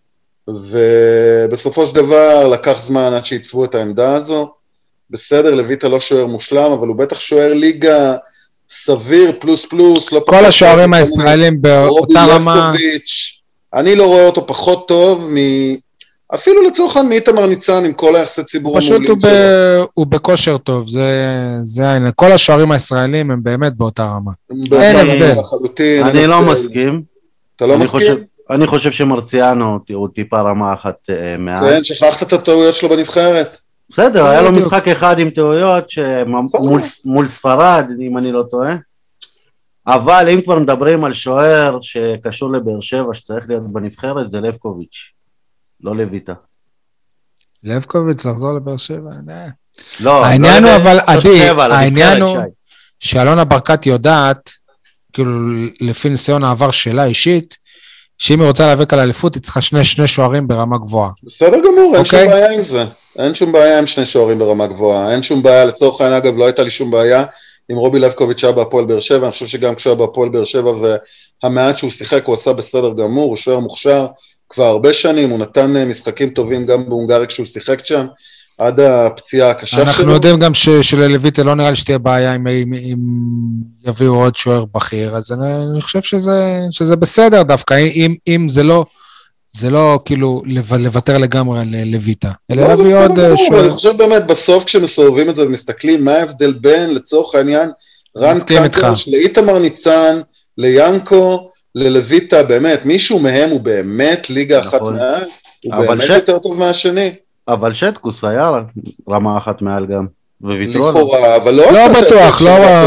ובסופו של דבר לקח זמן עד שיצבו את העמדה הזו. בסדר, לויטה לא שוער מושלם, אבל הוא בטח שוער ליגה סביר, פלוס פלוס, לא כל השוערים הישראלים באותה רמה. אני לא רואה אותו פחות טוב, מ... אפילו לצורך העניין מאיתמר ניצן, עם כל היחסי ציבור המעולים שלו. פשוט הוא בכושר טוב, זה העניין. כל השוערים הישראלים הם באמת באותה רמה. אין הבדל. אני לא מסכים. אתה לא מסכים? אני חושב שמרציאנו הוא טיפה רמה אחת מעל. כן, שכחת את הטעויות שלו בנבחרת. בסדר, היה לו משחק אחד עם טעויות מול ספרד, אם אני לא טועה. אבל אם כבר מדברים על שוער שקשור לבאר שבע שצריך להיות בנבחרת, זה לבקוביץ', לא לויטה. לבקוביץ' לחזור לבאר שבע? לא, העניין הוא אבל, עדי, העניין הוא שאלונה ברקת יודעת, כאילו לפי ניסיון העבר שלה אישית, שאם היא רוצה להיאבק על האליפות, היא צריכה שני שני שוערים ברמה גבוהה. בסדר גמור, אין שום בעיה עם זה. אין שום בעיה עם שני שוערים ברמה גבוהה. אין שום בעיה, לצורך העניין, אגב, לא הייתה לי שום בעיה עם רובי לבקוביץ' היה בהפועל באר שבע. אני חושב שגם כשהיה בהפועל באר שבע והמעט שהוא שיחק, הוא עשה בסדר גמור, הוא שוער מוכשר כבר הרבה שנים, הוא נתן משחקים טובים גם בהונגריה כשהוא שיחק שם, עד הפציעה הקשה שלו. אנחנו יודעים גם שללויטה לא נראה לי שתהיה בעיה אם יביאו עוד שוער בכיר, אז אני חושב שזה בסדר דווקא, אם זה לא, זה לא כאילו לוותר לגמרי על לויטה, אלא להביא עוד שוער. אני חושב באמת בסוף כשמסובבים את זה ומסתכלים, מה ההבדל בין לצורך העניין, רן קטש, לאיתמר ניצן, ליאנקו, ללויטה, באמת, מישהו מהם הוא באמת ליגה אחת מעל, הוא באמת יותר טוב מהשני. אבל שטקוס היה רמה אחת מעל גם, וויתרו. לכאורה, אבל לא... לא בטוח,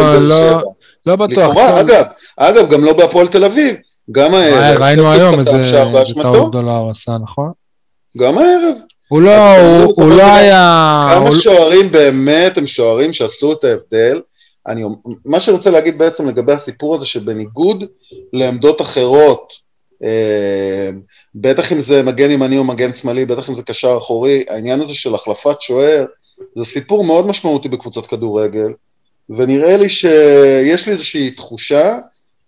לא בטוח. לכאורה, אגב, אגב, גם לא בהפועל תל אביב, גם הערב. ראינו היום איזה טעות גדולה הוא עשה, נכון? גם הערב. הוא לא, הוא לא היה... כמה שוערים באמת הם שוערים שעשו את ההבדל. אני, מה שרוצה להגיד בעצם לגבי הסיפור הזה, שבניגוד לעמדות אחרות, אה, בטח אם זה מגן ימני או מגן שמאלי, בטח אם זה קשר אחורי, העניין הזה של החלפת שוער, זה סיפור מאוד משמעותי בקבוצת כדורגל, ונראה לי שיש לי איזושהי תחושה,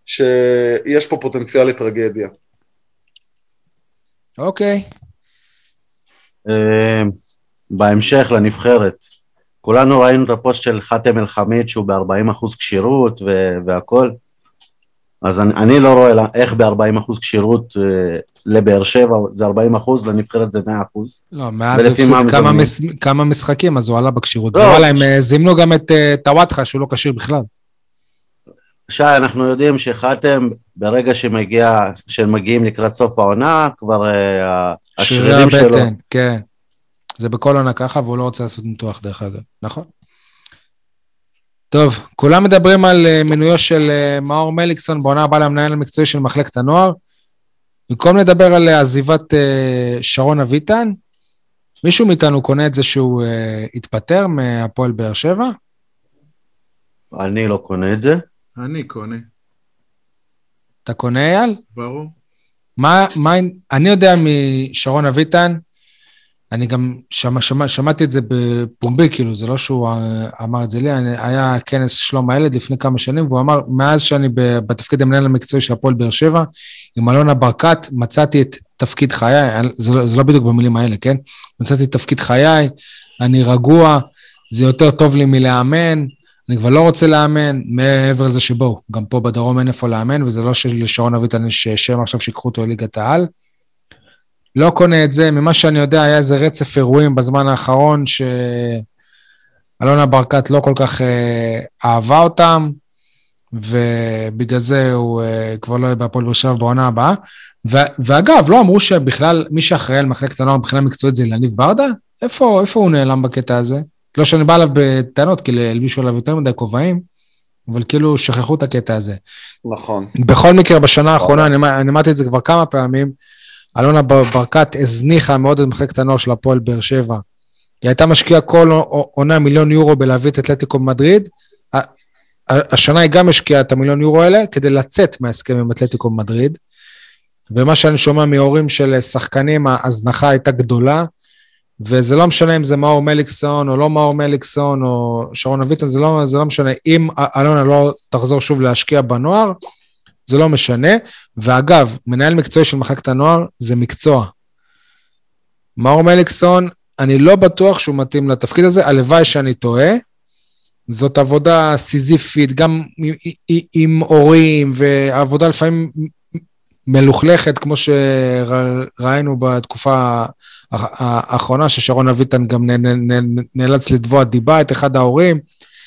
שיש פה פוטנציאל לטרגדיה. אוקיי. אה, בהמשך לנבחרת, כולנו ראינו את הפוסט של חתם אל-חמיד, שהוא ב-ארבעים אחוז קשירות והכל, אז אני, אני לא רואה איך ב-ארבעים אחוז קשירות אה, לבאר שבע, זה ארבעים אחוז, לנבחרת זה מאה אחוז. לא, מאז הוא הפסיד כמה, מס, כמה משחקים, אז הוא עלה בקשירות. לא, וואלה, הם ש... זימנו גם את uh, טוואטחה, שהוא לא קשיר בכלל. שי, אנחנו יודעים שחתם, ברגע שמגיע, שמגיעים לקראת סוף העונה, כבר uh, השרירים שלו... בטן, כן. זה בכל עונה ככה, והוא לא רוצה לעשות ניתוח דרך אגב, נכון? טוב, כולם מדברים על מינויו של מאור מליקסון, בעונה הבאה למנהל המקצועי של מחלקת הנוער, במקום לדבר על עזיבת שרון אביטן, מישהו מאיתנו קונה את זה שהוא התפטר מהפועל באר שבע? אני לא קונה את זה. אני קונה. אתה קונה, אייל? ברור. מה, מה, אני יודע משרון אביטן, אני גם שמע, שמע, שמעתי את זה בפומבי, כאילו, זה לא שהוא אמר את זה לי, אני, היה כנס שלום הילד לפני כמה שנים, והוא אמר, מאז שאני בתפקיד המנהל המקצועי של הפועל באר שבע, עם אלונה ברקת, מצאתי את תפקיד חיי, זה, זה לא בדיוק במילים האלה, כן? מצאתי את תפקיד חיי, אני רגוע, זה יותר טוב לי מלאמן, אני כבר לא רוצה לאמן, מעבר לזה שבו, גם פה בדרום אין איפה לאמן, וזה לא שלשרון אביטן יש שם עכשיו שיקחו אותו לליגת העל, לא קונה את זה, ממה שאני יודע, היה איזה רצף אירועים בזמן האחרון, שאלונה ברקת לא כל כך אה, אהבה אותם, ובגלל זה הוא אה, כבר לא יהיה בהפועל באר שבע בעונה הבאה, ו- ואגב, לא אמרו שבכלל, מי שאחראי על מחלקת הנוער מבחינה מקצועית זה לניב ברדה? איפה, איפה הוא נעלם בקטע הזה? לא שאני בא עליו בטענות, כי הלבישו עליו יותר מדי כובעים, אבל כאילו שכחו את הקטע הזה. נכון. בכל מקרה, בשנה האחרונה, אני, אני אמרתי את זה כבר כמה פעמים, אלונה ברקת הזניחה מאוד את מחלקת הנוער של הפועל באר שבע. היא הייתה משקיעה כל עונה מיליון יורו בלהביא את אתלטיקו מדריד. השנה היא גם השקיעה את המיליון יורו האלה כדי לצאת מההסכם עם אתלטיקו מדריד. ומה שאני שומע מהורים של שחקנים, ההזנחה הייתה גדולה, וזה לא משנה אם זה מאור מליקסון או לא מאור מליקסון או שרון אביטן, זה לא, זה לא משנה. אם אלונה לא תחזור שוב להשקיע בנוער, זה לא משנה, ואגב, מנהל מקצועי של מחלקת הנוער, זה מקצוע. מאור מליקסון, אני לא בטוח שהוא מתאים לתפקיד הזה, הלוואי שאני טועה, זאת עבודה סיזיפית, גם עם הורים, ועבודה לפעמים מלוכלכת, כמו שראינו בתקופה האחרונה, ששרון אביטן גם נאלץ לדבוע דיבה את אחד ההורים.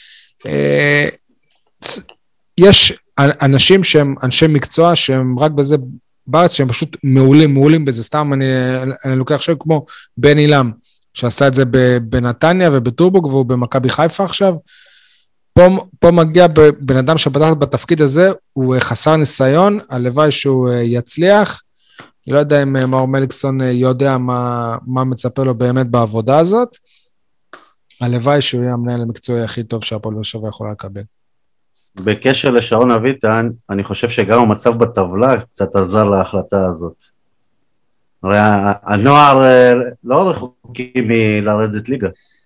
יש אנשים שהם אנשי מקצוע, שהם רק בזה בארץ, שהם פשוט מעולים, מעולים בזה, סתם אני, אני לוקח עכשיו כמו בן אילם, שעשה את זה בנתניה ובטורבורג, והוא במכבי חיפה עכשיו, פה, פה מגיע בן אדם שפתח בתפקיד הזה, הוא חסר ניסיון, הלוואי שהוא יצליח, אני לא יודע אם מאור מליקסון יודע מה, מה מצפה לו באמת בעבודה הזאת, הלוואי שהוא יהיה המנהל המקצועי הכי טוב שהפועל באר שבע יכולה לקבל. בקשר לשרון אביטן, אני חושב שגם המצב בטבלה קצת עזר להחלטה הזאת. הרי הנוער לא רחוקים מלרדת ליגה.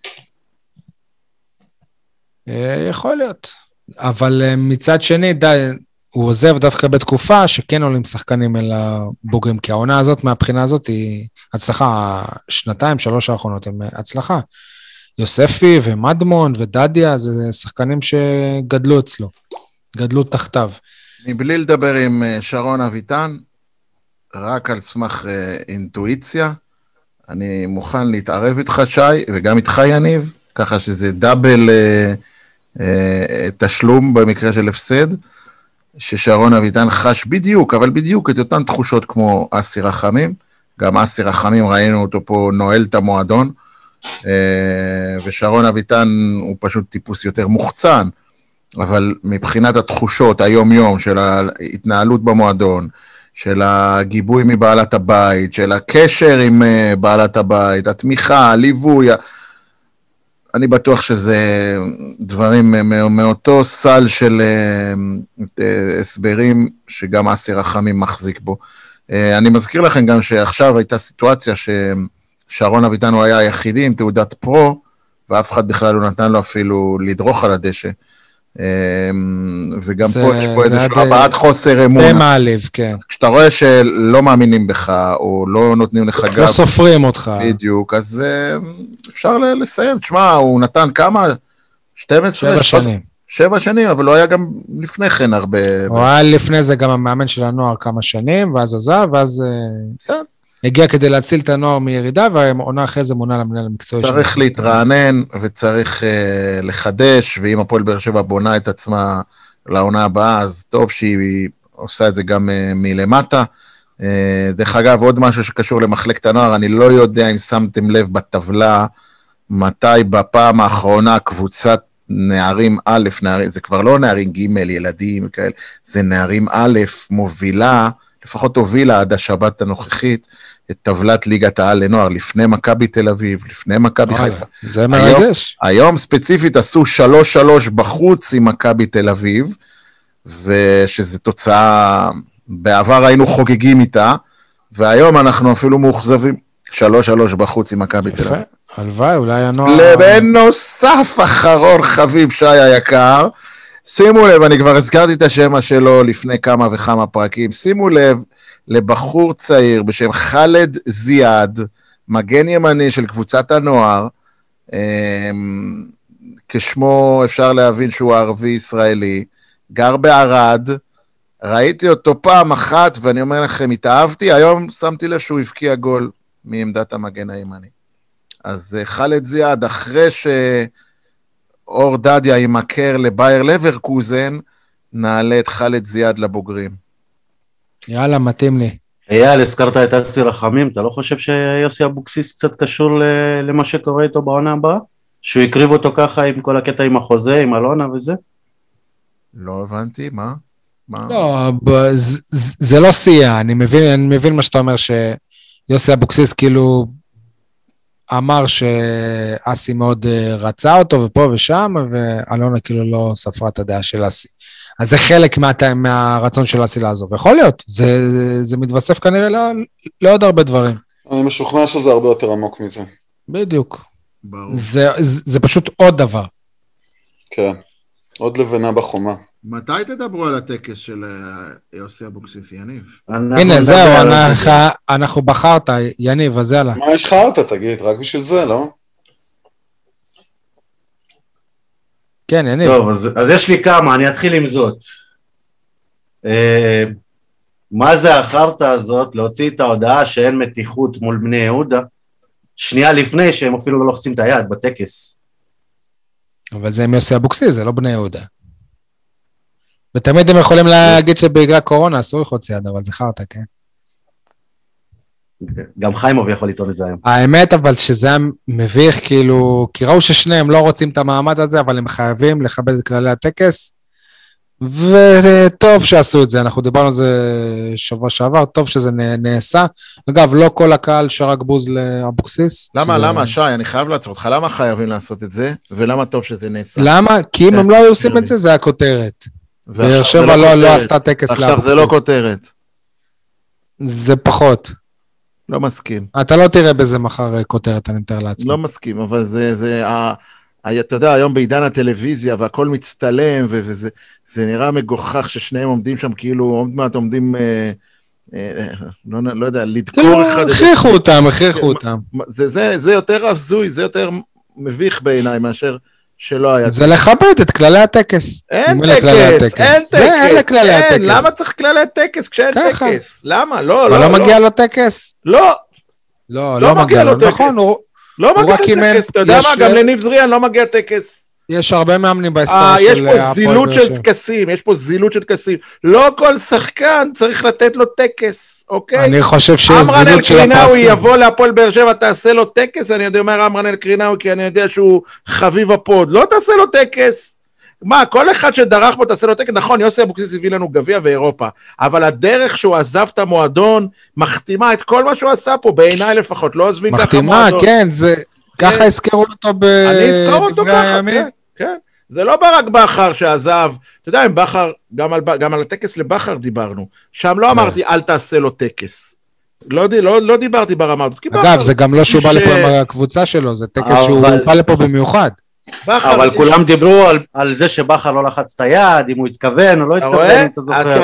יכול להיות, אבל מצד שני, די, הוא עוזב דווקא בתקופה שכן עולים שחקנים אל הבוגרים, כי העונה הזאת, מהבחינה הזאת, היא הצלחה, שנתיים, שלוש האחרונות, הם הצלחה. יוספי ומדמון ודדיה, זה שחקנים שגדלו אצלו, גדלו תחתיו. מבלי לדבר עם שרון אביטן, רק על סמך אינטואיציה, אני מוכן להתערב איתך שי, וגם איתך יניב, ככה שזה דאבל אה, אה, תשלום במקרה של הפסד, ששרון אביטן חש בדיוק, אבל בדיוק את אותן תחושות כמו אסי רחמים, גם אסי רחמים ראינו אותו פה נועל את המועדון, ושרון אביטן הוא פשוט טיפוס יותר מוחצן, אבל מבחינת התחושות היום-יום של ההתנהלות במועדון, של הגיבוי מבעלת הבית, של הקשר עם בעלת הבית, התמיכה, הליווי, אני בטוח שזה דברים מאותו סל של הסברים שגם אסי רחמים מחזיק בו. אני מזכיר לכם גם שעכשיו הייתה סיטואציה ש... שרון אביטן הוא היה היחידי עם תעודת פרו, ואף אחד בכלל לא נתן לו אפילו לדרוך על הדשא. וגם פה יש פה איזשהו הבעת חוסר אמון. זה מעליב, כן. כשאתה רואה שלא מאמינים בך, או לא נותנים לך גב. לא סופרים אותך. בדיוק, אז אפשר לסיים. תשמע, הוא נתן כמה? שתים עשרה? שבע שנים. שבע שנים, אבל הוא היה גם לפני כן הרבה... הוא היה לפני זה גם המאמן של הנוער כמה שנים, ואז עזב, ואז... הגיע כדי להציל את הנוער מירידה, והעונה אחרי זה מונה למנהל המקצועי. צריך להתרענן, וצריך uh, לחדש, ואם הפועל באר שבע בונה את עצמה לעונה הבאה, אז טוב שהיא עושה את זה גם uh, מלמטה. Uh, דרך אגב, עוד משהו שקשור למחלקת הנוער, אני לא יודע אם שמתם לב בטבלה, מתי בפעם האחרונה קבוצת נערים א', נערים, זה כבר לא נערים ג', ילדים כאלה, זה נערים א', מובילה, לפחות הובילה עד השבת הנוכחית, את טבלת ליגת העל לנוער, לפני מכבי תל אביב, לפני מכבי חיפה. זה מרגש. היום, היום ספציפית עשו שלוש שלוש בחוץ עם מכבי תל אביב, ושזו תוצאה, בעבר היינו חוגגים איתה, והיום אנחנו אפילו מאוכזבים, שלוש שלוש בחוץ עם מכבי תל אביב. הלוואי, אולי הנוער... לבנוסף אחרון חביב שי היקר, שימו לב, אני כבר הזכרתי את השם שלו לפני כמה וכמה פרקים, שימו לב לבחור צעיר בשם חלד זיאד, מגן ימני של קבוצת הנוער, כשמו אפשר להבין שהוא ערבי ישראלי, גר בערד, ראיתי אותו פעם אחת, ואני אומר לכם, התאהבתי, היום שמתי לב שהוא הבקיע גול מעמדת המגן הימני. אז חלד זיאד, אחרי שאור דדיה יימכר לבייר לברקוזן, נעלה את חלד זיאד לבוגרים. יאללה, מתאים לי. אייל, הזכרת את אסי רחמים, אתה לא חושב שיוסי אבוקסיס קצת קשור למה שקורה איתו בעונה הבאה? שהוא יקריב אותו ככה עם כל הקטע עם החוזה, עם אלונה וזה? לא הבנתי, מה? מה? לא, זה, זה לא סייע, אני מבין, אני מבין מה שאתה אומר, שיוסי אבוקסיס כאילו אמר שאסי מאוד רצה אותו ופה ושם, ואלונה כאילו לא ספרה את הדעה של אסי. אז זה חלק מה, מהרצון של אסי לעזוב. יכול להיות, זה, זה מתווסף כנראה לא, לעוד הרבה דברים. אני משוכנע שזה הרבה יותר עמוק מזה. בדיוק. זה, זה, זה פשוט עוד דבר. כן, עוד לבנה בחומה. מתי תדברו על הטקס של יוסי אבוקסיס, יניב? הנה, זהו, אנחנו, אנחנו בחרת, יניב, אז יאללה. מה יש חרת, תגיד, רק בשביל זה, לא? כן, יניב. טוב, אז, אז יש לי כמה, אני אתחיל עם זאת. אה, מה זה החרטה הזאת, להוציא את ההודעה שאין מתיחות מול בני יהודה, שנייה לפני שהם אפילו לא לוחצים את היד בטקס. אבל זה עם יוסי אבוקסיס, זה לא בני יהודה. ותמיד הם יכולים להגיד שבגלל קורונה אסור לחוץ יד, אבל זה חרטה, כן? גם חיימוב יכול לטעון את זה היום. האמת אבל שזה היה מביך, כאילו, כי ראו ששניהם לא רוצים את המעמד הזה, אבל הם חייבים לכבד את כללי הטקס, וטוב שעשו את זה, אנחנו דיברנו על זה שבוע שעבר, טוב שזה נעשה. אגב, לא כל הקהל שרק בוז לאבוקסיס. למה, למה, שי, אני חייב לעצור אותך, למה חייבים לעשות את זה, ולמה טוב שזה נעשה? למה? כי אם הם לא היו עושים את זה, זה הכותרת. באר שבע לא עשתה טקס לאבוקסיס. עכשיו זה לא כותרת. זה פחות. לא מסכים. אתה לא תראה בזה מחר כותרת, אני מתאר לעצמי. לא מסכים, אבל זה, זה, אתה יודע, היום בעידן הטלוויזיה, והכל מצטלם, וזה נראה מגוחך ששניהם עומדים שם, כאילו, עוד מעט עומדים, לא יודע, לדקור אחד. הכריחו אותם, הכריחו אותם. זה יותר אבזוי, זה יותר מביך בעיניי, מאשר שלא היה. זה לכבד את כללי הטקס. אין טקס, אין טקס. זה אלה כללי הטקס. למה צריך כללי הטקס כשאין טקס? למה? לא, לא. אבל לא מגיע לו טקס? לא. לא, לא מגיע לו. נכון, הוא... לא מגיע טקס, אתה יודע מה? גם לניב זריאן לא מגיע טקס. יש הרבה מאמנים בהיסטוריה של... יש פה זילות של טקסים, יש פה זילות של טקסים. לא כל שחקן צריך לתת לו טקס, אוקיי? אני חושב שיש זילות של הפסים. אמרן אלקרינאוי יבוא להפועל באר שבע, תעשה לו טקס, אני יודע, אומר אמרן אלקרינאוי, כי אני יודע שהוא חביב הפוד, לא תעשה לו טקס. מה, כל אחד שדרך בו תעשה לו טקס, נכון, יוסי אבוקסיס הביא לנו גביע ואירופה, אבל הדרך שהוא עזב את המועדון, מחתימה את כל מה שהוא עשה פה, בעיניי לפחות, לא עוזבים ככה מועדון. מחתימה, כן, זה... ככה הזכרו אותו בדברי הימים. כן, זה לא ברק בכר שעזב, אתה יודע, עם בכר, גם על, גם על הטקס לבכר דיברנו, שם לא אמרתי, אל תעשה לו טקס. לא, לא, לא דיברתי ברמה הזאת. אגב, זה גם לא שהוא בא לפה עם הקבוצה שלו, זה טקס שהוא בא לפה במיוחד. אבל כולם דיברו על זה שבכר לא לחץ את היד, אם הוא התכוון או לא התכוון, אתה זוכר.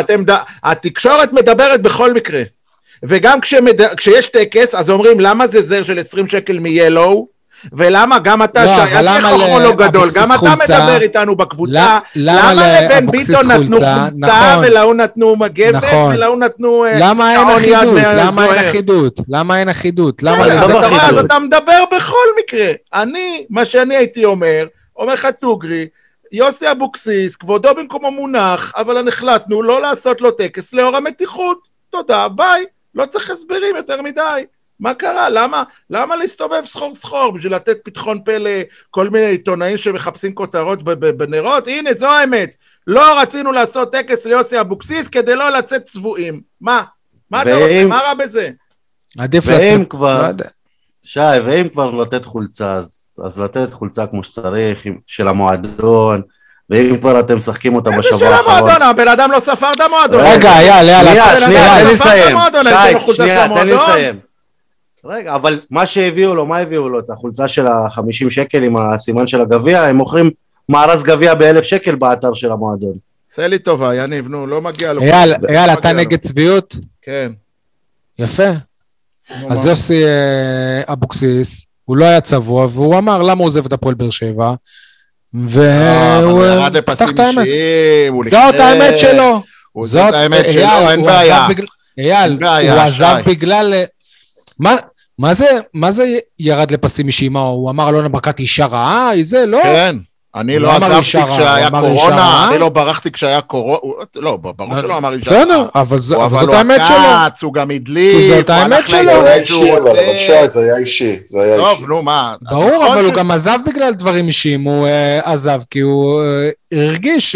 התקשורת מדברת בכל מקרה, וגם כשיש טקס, אז אומרים, למה זה זר של עשרים שקל מ-Yellow, ולמה גם אתה שהיה חכמו לא גדול, גם אתה מדבר איתנו בקבוצה, למה לבן ביטון נתנו חולצה, ולהוא נתנו מגבת, ולהוא נתנו שעון יד מהזוהר. למה אין אחידות? למה אין אחידות? אז אתה מדבר בכל מקרה. אני, מה שאני הייתי אומר, אומר לך טוגרי, יוסי אבוקסיס, כבודו במקומו מונח, אבל החלטנו לא לעשות לו טקס לאור המתיחות. תודה, ביי. לא צריך הסברים יותר מדי. מה קרה? למה? למה להסתובב סחור סחור? בשביל לתת פתחון פה לכל מיני עיתונאים שמחפשים כותרות בנרות? הנה, זו האמת. לא רצינו לעשות טקס ליוסי אבוקסיס כדי לא לצאת צבועים. מה? מה אתה רוצה? מה רע בזה? עדיף לצאת. כבר, שי, ואם כבר לתת חולצה, אז, אז לתת חולצה כמו שצריך, של המועדון, ואם כבר אתם משחקים אותה בשבוע האחרון. איזה של המועדון? הבן אדם לא ספר את המועדון. רגע, יאללה, יאללה. שנייה, שנייה, תן לי לסיים. שי, שנייה, תן לי לסיים. רגע, אבל מה שהביאו לו, מה הביאו לו? את החולצה של ה-חמישים שקל עם הסימן של הגביע, הם מוכרים מארז גביע ב-אלף שקל באתר של המועדון. עשה לי טובה, יניב, נו, לא מגיע לו. אייל, אייל, אתה נגד צביעות? כן. יפה. אז יוסי אבוקסיס, הוא לא היה צבוע, והוא אמר למה הוא עוזב את הפועל באר שבע, והוא פתח את האמת. זאת האמת שלו. זאת האמת שלו, אין בעיה. אייל, הוא עזב בגלל... מה זה, מה זה ירד לפסים אישיים? הוא אמר אלונה ברקת אישה רעה? זה לא? כן. אני לא עזבתי כשהיה קורונה, אני לא ברחתי כשהיה קורונה, לא, ברור שלא אמר אישה. בסדר, אבל זאת האמת שלו. אבל הוא עקץ, הוא גם הדליף. זאת האמת שלו. זה היה אישי, אבל שי, זה היה אישי. טוב, נו, מה? ברור, אבל הוא גם עזב בגלל דברים אישיים, הוא עזב, כי הוא הרגיש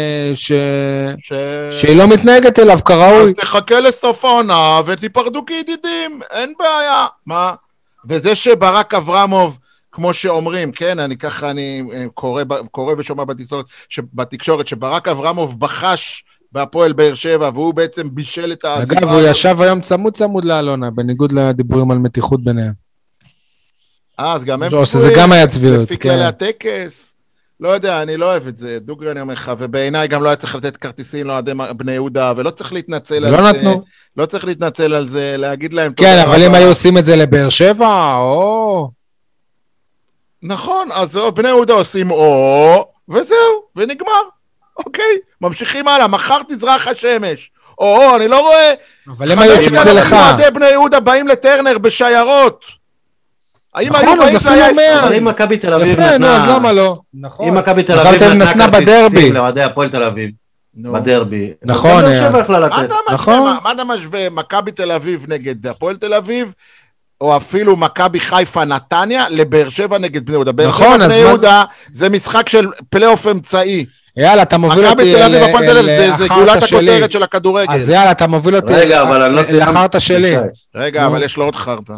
שהיא לא מתנהגת אליו כראוי. אז תחכה לסוף העונה ותיפרדו כידידים, אין בעיה. מה? וזה שברק אברמוב, כמו שאומרים, כן, אני ככה, אני קורא, קורא ושומע בתקשורת, בתקשורת שברק אברמוב בחש בהפועל באר שבע, והוא בעצם בישל את העזיבה. אגב, הוא ישב היום צמוד צמוד לאלונה, בניגוד לדיבורים על מתיחות ביניהם. אה, אז גם הם צבועים. שזה גם היה צביעות, לפי כללי הטקס. לא יודע, אני לא אוהב את זה, דוגרי אני אומר לך, ובעיניי גם לא היה צריך לתת כרטיסים לאוהדי בני יהודה, ולא צריך להתנצל על זה. ולא נתנו. לא צריך להתנצל על זה, להגיד להם... כן, אבל אם היו עושים את זה לבאר שבע, או... נכון, אז בני יהודה עושים או, וזהו, ונגמר. אוקיי, ממשיכים הלאה, מחר תזרח השמש. או, אני לא רואה... אבל אם היו עושים את זה לך... חמישים בני יהודה באים לטרנר בשיירות. נכון, אז אפילו אומר. אבל אם מכבי תל אביב נתנה... יפה, נו, אז למה לא? אם מכבי תל אביב נתנה כרטיסים לאוהדי הפועל תל אביב, בדרבי. נכון. מה אתה משווה מכבי תל אביב נגד הפועל תל אביב, או אפילו מכבי חיפה נתניה, לבאר שבע נגד בני יהודה. באר שבע בני יהודה זה משחק של פלייאוף אמצעי. יאללה, אתה מוביל אותי זה גאולת הכותרת של הכדורגל. אז יאללה, אתה מוביל אותי לחרטה שלי. רגע, אבל יש לו עוד חרטה.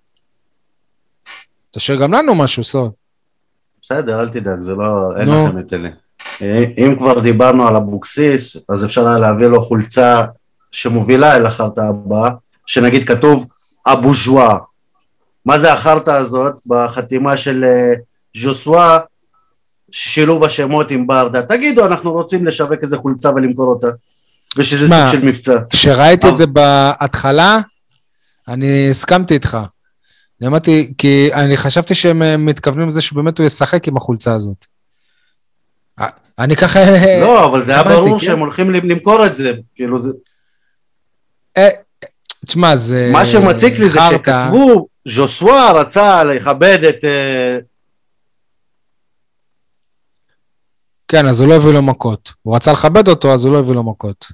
תשאיר גם לנו משהו, סוד. בסדר, אל תדאג, זה לא, אין לכם את אלה. אם כבר דיברנו על אבוקסיס, אז אפשר היה להביא לו חולצה שמובילה אל החרטה הבאה, שנגיד כתוב אבו ז'ואה. מה זה החרטה הזאת? בחתימה של ז'וסווה, שילוב השמות עם ברדה. תגידו, אנחנו רוצים לשווק איזה חולצה ולמכור אותה, ושזה סוג של מבצע. כשראיתי את זה בהתחלה, אני הסכמתי איתך. אני אמרתי, כי אני חשבתי שהם מתכוונים לזה שבאמת הוא ישחק עם החולצה הזאת. אני ככה... לא, אבל זה היה ברור שהם הולכים למכור את זה, כאילו זה... תשמע, זה... מה שמציק לי זה שכתבו, ז'וסווה רצה לכבד את... כן, אז הוא לא הביא לו מכות. הוא רצה לכבד אותו, אז הוא לא הביא לו מכות.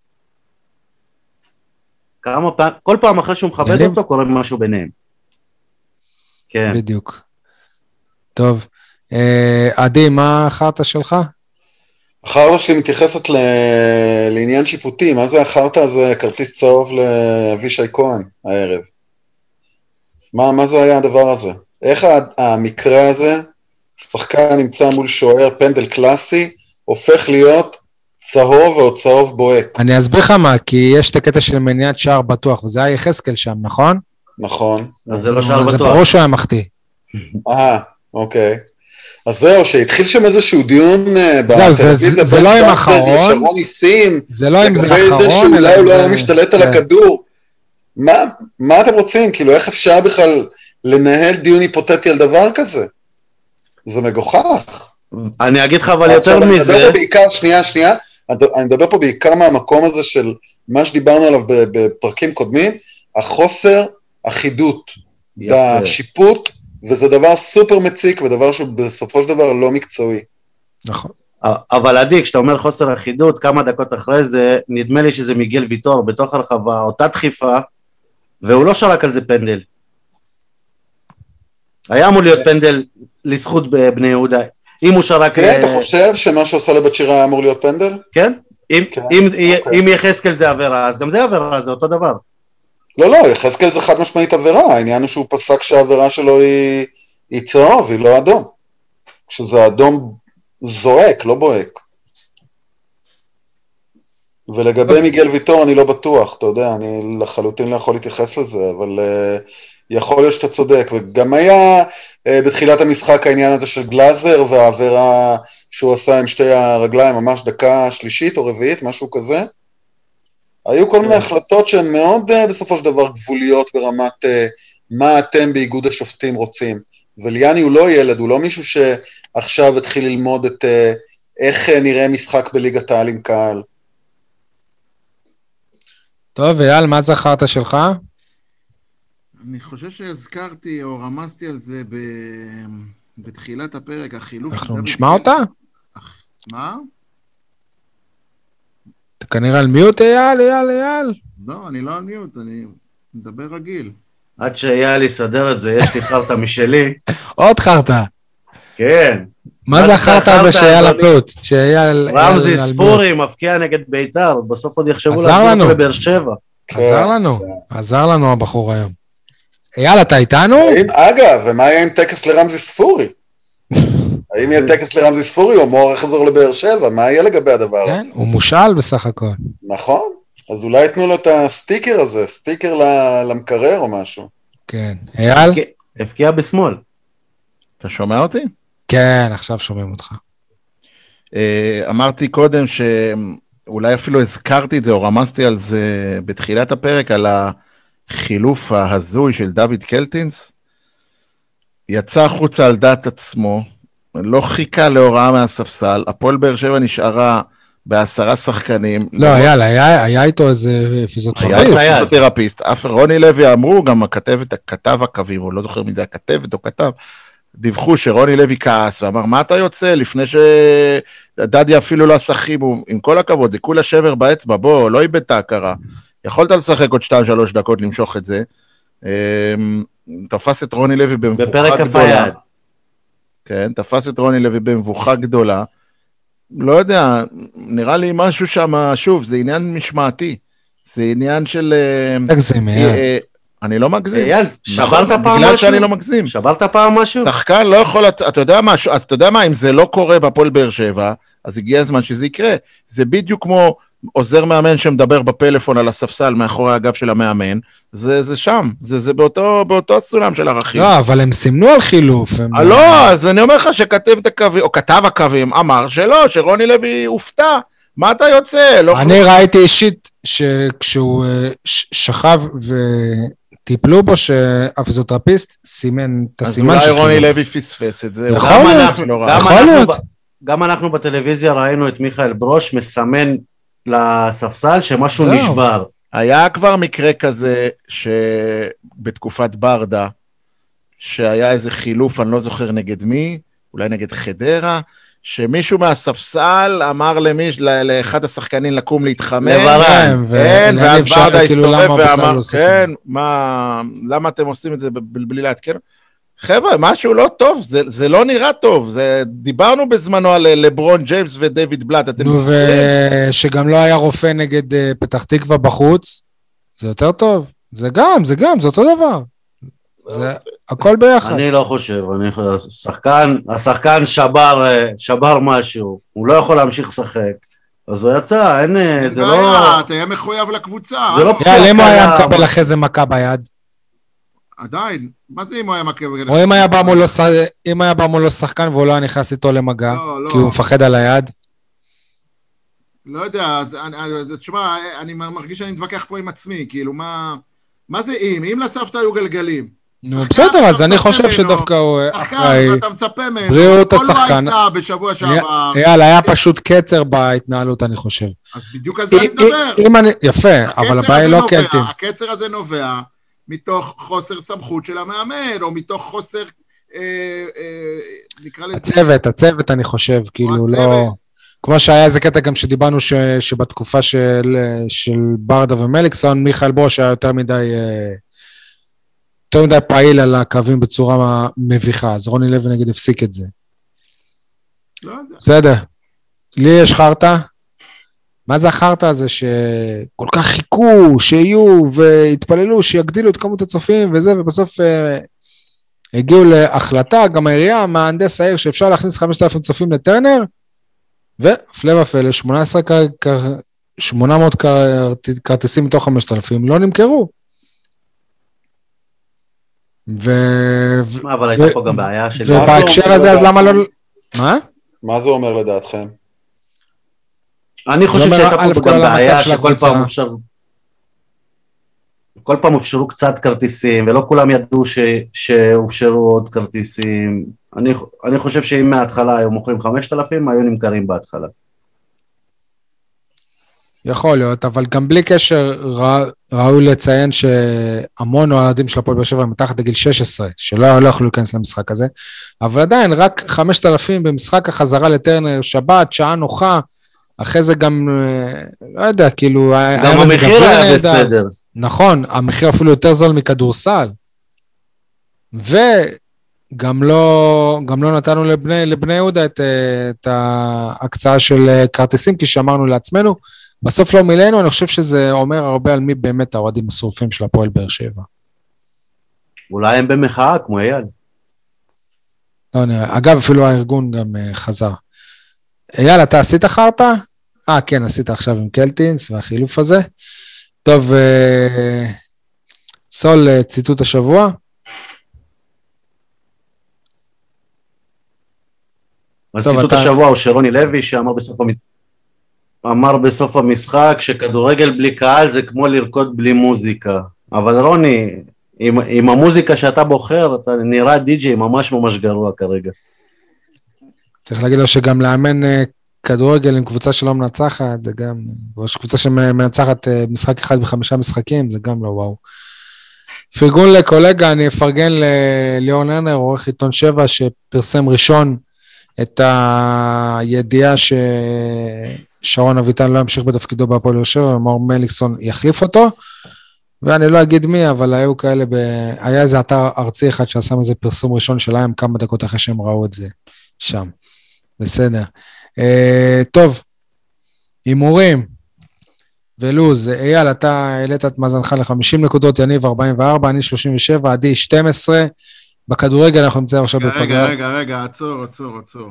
כמה פעם, כל פעם אחרי שהוא מכבד אותו, קורה משהו ביניהם. כן. בדיוק. טוב. עדי, מה החרטה שלך? החרטה שלי מתייחסת לעניין שיפוטי. מה זה החרטה הזה? כרטיס צהוב לאבישי כהן הערב. מה, מה זה היה הדבר הזה? איך המקרה הזה, שחקן נמצא מול שוער, פנדל קלאסי, הופך להיות צהוב או צהוב בוהק? אני אסביר לך מה, כי יש את הקטע של מניעת שער בטוח, וזה היה יחזקאל שם, נכון? נכון. אז זה לא שער בטוח. זה ברור שהוא היה מחטיא. אה, אוקיי. אז זהו, שהתחיל שם איזשהו דיון בטלוויזיה, זה לא עם אחרון, שרון ניסים, זה לא עם זה אחרון, לגבי זה שאולי הוא לא היה משתלט על הכדור. מה אתם רוצים? כאילו, איך אפשר בכלל לנהל דיון היפותטי על דבר כזה? זה מגוחך. אני אגיד לך אבל יותר מזה. אני מדבר פה בעיקר, שנייה, שנייה, אני מדבר פה בעיקר מהמקום הזה של מה שדיברנו עליו בפרקים קודמים, החוסר אחידות בשיפוט, וזה דבר סופר מציק, ודבר שבסופו של דבר לא מקצועי. נכון. אבל עדי, כשאתה אומר חוסר אחידות, כמה דקות אחרי זה, נדמה לי שזה מיגל ויטור, בתוך הרחבה, אותה דחיפה, והוא לא שרק על זה פנדל. היה אמור להיות פנדל לזכות בבני יהודה. אם הוא שרק... כן, אתה חושב שמה שעושה לבת שירה היה אמור להיות פנדל? כן. אם יחזקאל זה עבירה, אז גם זה עבירה, זה אותו דבר. לא, לא, יחזקאל זה חד משמעית עבירה, העניין הוא שהוא פסק שהעבירה שלו היא, היא צהוב, היא לא אדום. כשזה אדום זועק, לא בועק. ולגבי מיגל ויטור אני לא בטוח, אתה יודע, אני לחלוטין לא יכול להתייחס לזה, אבל uh, יכול להיות שאתה צודק, וגם היה בתחילת המשחק העניין הזה של גלאזר, והעבירה שהוא עשה עם שתי הרגליים, ממש דקה שלישית או רביעית, משהו כזה. היו כל מיני החלטות שהן מאוד בסופו של דבר גבוליות ברמת מה אתם באיגוד השופטים רוצים. וליאני הוא לא ילד, הוא לא מישהו שעכשיו התחיל ללמוד את איך נראה משחק בליגת העל עם קהל. טוב, אייל, מה זכרת שלך? אני חושב שהזכרתי או רמזתי על זה ב... בתחילת הפרק, החילוף... אנחנו נשמע אותה? מה? אתה כנראה על מיוט, אייל, אייל, אייל. לא, אני לא על מיוט, אני מדבר רגיל. עד שאייל יסדר את זה, יש לי חרטה משלי. עוד חרטה. כן. מה זה החרטה הזה שאייל הפלוט? רמזי ספורי מפקיע נגד ביתר, בסוף עוד יחשבו עזר לנו. לבאר שבע. עזר לנו, עזר לנו הבחור היום. אייל, אתה איתנו? אגב, ומה יהיה עם טקס לרמזי ספורי? האם יהיה טקס לרמזי ספורי או מור יחזור לבאר שבע? מה יהיה לגבי הדבר הזה? כן, הוא מושל בסך הכל. נכון, אז אולי יתנו לו את הסטיקר הזה, סטיקר למקרר או משהו. כן, אייל? הפקיע בשמאל. אתה שומע אותי? כן, עכשיו שומעים אותך. אמרתי קודם שאולי אפילו הזכרתי את זה או רמזתי על זה בתחילת הפרק, על החילוף ההזוי של דוד קלטינס. יצא החוצה על דעת עצמו, לא חיכה להוראה מהספסל, הפועל באר שבע נשארה בעשרה שחקנים. לא, אייל, היה איתו איזה פיזיותרפיסט. היה פיזיותרפיסט, אף רוני לוי אמרו, גם הכתבת, הכתב הקווים, הוא לא זוכר מי זה הכתבת או כתב, דיווחו שרוני לוי כעס ואמר, מה אתה יוצא? לפני שדדיה אפילו לא עשה חימום, עם כל הכבוד, זה כולה שבר באצבע, בוא, לא איבד את ההכרה. יכולת לשחק עוד שתיים, שלוש דקות למשוך את זה. תפס את רוני לוי במבוכה גדולה. בפרק כף היד. כן, תפס את רוני לוי במבוכה גדולה. לא יודע, נראה לי משהו שם, שוב, זה עניין משמעתי. זה עניין של... תגזים, אייל. אני לא מגזים. אייל, שברת פעם משהו? בגלל שאני לא מגזים. שברת פעם משהו? שחקן לא יכול... אתה יודע משהו, אז אתה יודע מה, אם זה לא קורה בפועל באר שבע, אז הגיע הזמן שזה יקרה. זה בדיוק כמו עוזר מאמן שמדבר בפלאפון על הספסל מאחורי הגב של המאמן, זה, זה שם, זה, זה באותו, באותו הסולם של ערכים. לא, אבל הם סימנו על חילוף. הם... לא, אז אני אומר לך שכתב את הקווים, או כתב הקווים, אמר שלא, שרוני לוי הופתע. מה אתה יוצא? לא אני חושב... ראיתי אישית שכשהוא שכב וטיפלו בו, שהפיזיותרפיסט סימן את הסימן של חילוף. אז אולי רוני לוי פספס את זה. יכול להיות, יכול להיות. גם אנחנו בטלוויזיה ראינו את מיכאל ברוש מסמן לספסל שמשהו נשבר. היה כבר מקרה כזה שבתקופת ברדה, שהיה איזה חילוף, אני לא זוכר נגד מי, אולי נגד חדרה, שמישהו מהספסל אמר למיש, לאחד השחקנים לקום להתחמם. לברן. כן, ואז ברדה הסתובב ואמר, כן, מה, למה אתם עושים את זה בלי להתקן? חבר'ה, משהו לא טוב, זה, זה לא נראה טוב, זה, דיברנו בזמנו על לברון ג'יימס ודייוויד בלאט, אתם נו, ושגם לא היה רופא נגד פתח תקווה בחוץ, זה יותר טוב, זה גם, זה גם, זה אותו דבר, זה הכל ביחד. אני לא חושב, אני חושב, השחקן, השחקן שבר, שבר משהו, הוא לא יכול להמשיך לשחק, אז הוא יצא, אין, זה לא... אתה היה מחויב לקבוצה. זה לא פציעה. למה הוא היה מקבל אחרי זה מכה ביד? עדיין, מה זה אם הוא היה מכה ביד? או אם היה בא מולו שחקן והוא לא היה נכנס איתו למגע, כי הוא מפחד על היד? לא יודע, תשמע, אני מרגיש שאני מתווכח פה עם עצמי, כאילו מה... מה זה אם? אם לסבתא היו גלגלים. נו, בסדר, אז אני חושב שדווקא הוא אחראי. אתה מצפה ממנו. בריאות השחקן. כל לא הייתה בשבוע שעבר. אייל, היה פשוט קצר בהתנהלות, אני חושב. אז בדיוק על זה אני מדבר. יפה, אבל הבעיה לא קלטין. הקצר הזה נובע מתוך חוסר סמכות של המאמן, או מתוך חוסר, נקרא לזה... הצוות, הצוות אני חושב, כאילו לא... כמו שהיה איזה קטע גם שדיברנו שבתקופה של ברדה ומליקסון, מיכאל בוש היה יותר מדי... יותר מדי פעיל על הקווים בצורה מביכה, אז רוני לוי נגיד הפסיק את זה. לא יודע. בסדר. לי יש חרטה. מה זה החרטה הזה שכל כך חיכו, שיהיו והתפללו, שיגדילו את כמות הצופים וזה, ובסוף אה, הגיעו להחלטה, גם העירייה, מהנדס העיר, שאפשר להכניס חמשת אלפים צופים לטרנר, והפלא ופלא, שמונה מאות כרטיסים מתוך חמשת אלפים לא נמכרו. ו... מה, אבל הייתה פה גם בעיה של... ובהקשר הזה, אז למה לא... מה? מה זה אומר לדעתכם? אני חושב שהייתה פה גם בעיה שכל פעם אפשר... כל פעם אפשרו קצת כרטיסים, ולא כולם ידעו ש... שאופשרו עוד כרטיסים. אני, אני חושב שאם מההתחלה היו מוכרים חמשת אלפים, היו נמכרים בהתחלה. יכול להיות, אבל גם בלי קשר רא... ראוי לציין שהמון אוהדים של הפועל באר שבע מתחת לגיל שש עשרה, שלא לא יכלו להיכנס למשחק הזה, אבל עדיין רק חמשת אלפים במשחק החזרה לטרנר, שבת, שעה נוחה, אחרי זה גם, לא יודע, כאילו... גם המחיר היה בסדר. נכון, המחיר אפילו יותר זול מכדורסל, וגם לא, גם לא נתנו לבני, לבני יהודה את, את ההקצאה של כרטיסים, כי שאמרנו לעצמנו, בסוף לא מילאנו, אני חושב שזה אומר הרבה על מי באמת האוהדים השרופים של הפועל באר שבע. אולי הם במחאה, כמו אייל. לא נראה, אגב, אפילו הארגון גם חזר. אייל, אתה עשית חרטה? אה, כן, עשית עכשיו עם קלטינס והחילוף הזה. טוב, סול, ציטוט השבוע. אז ציטוט השבוע הוא שרוני לוי, שאמר בסוף המשחק, אמר בסוף המשחק שכדורגל בלי קהל זה כמו לרקוד בלי מוזיקה. אבל רוני, עם, עם המוזיקה שאתה בוחר, אתה נראה די-ג'יי ממש ממש גרוע כרגע. צריך להגיד לו שגם לאמן כדורגל עם קבוצה שלא מנצחת, זה גם, או קבוצה שמנצחת משחק אחד בחמישה משחקים, זה גם לא וואו. פרגון לקולגה, אני אפרגן לליאון ארנר, עורך עיתון שבע, שפרסם ראשון את הידיעה ששרון אביטן לא ימשיך בתפקידו בהפועל באר שבע, ומאור מליקסון יחליף אותו, ואני לא אגיד מי, אבל היו כאלה, ב... היה איזה אתר ארצי אחד שעשה איזה פרסום ראשון שלהם, כמה דקות אחרי שהם ראו את זה שם. בסדר. Uh, טוב, הימורים ולוז, אייל, אתה העלית את מאזנך ל-חמישים נקודות, יניב ארבעים וארבע, אני שלושים ושבע, עדי שתים עשרה, בכדורגל אנחנו נמצאים עכשיו בפגרה. רגע, רגע, רגע, עצור, עצור, עצור.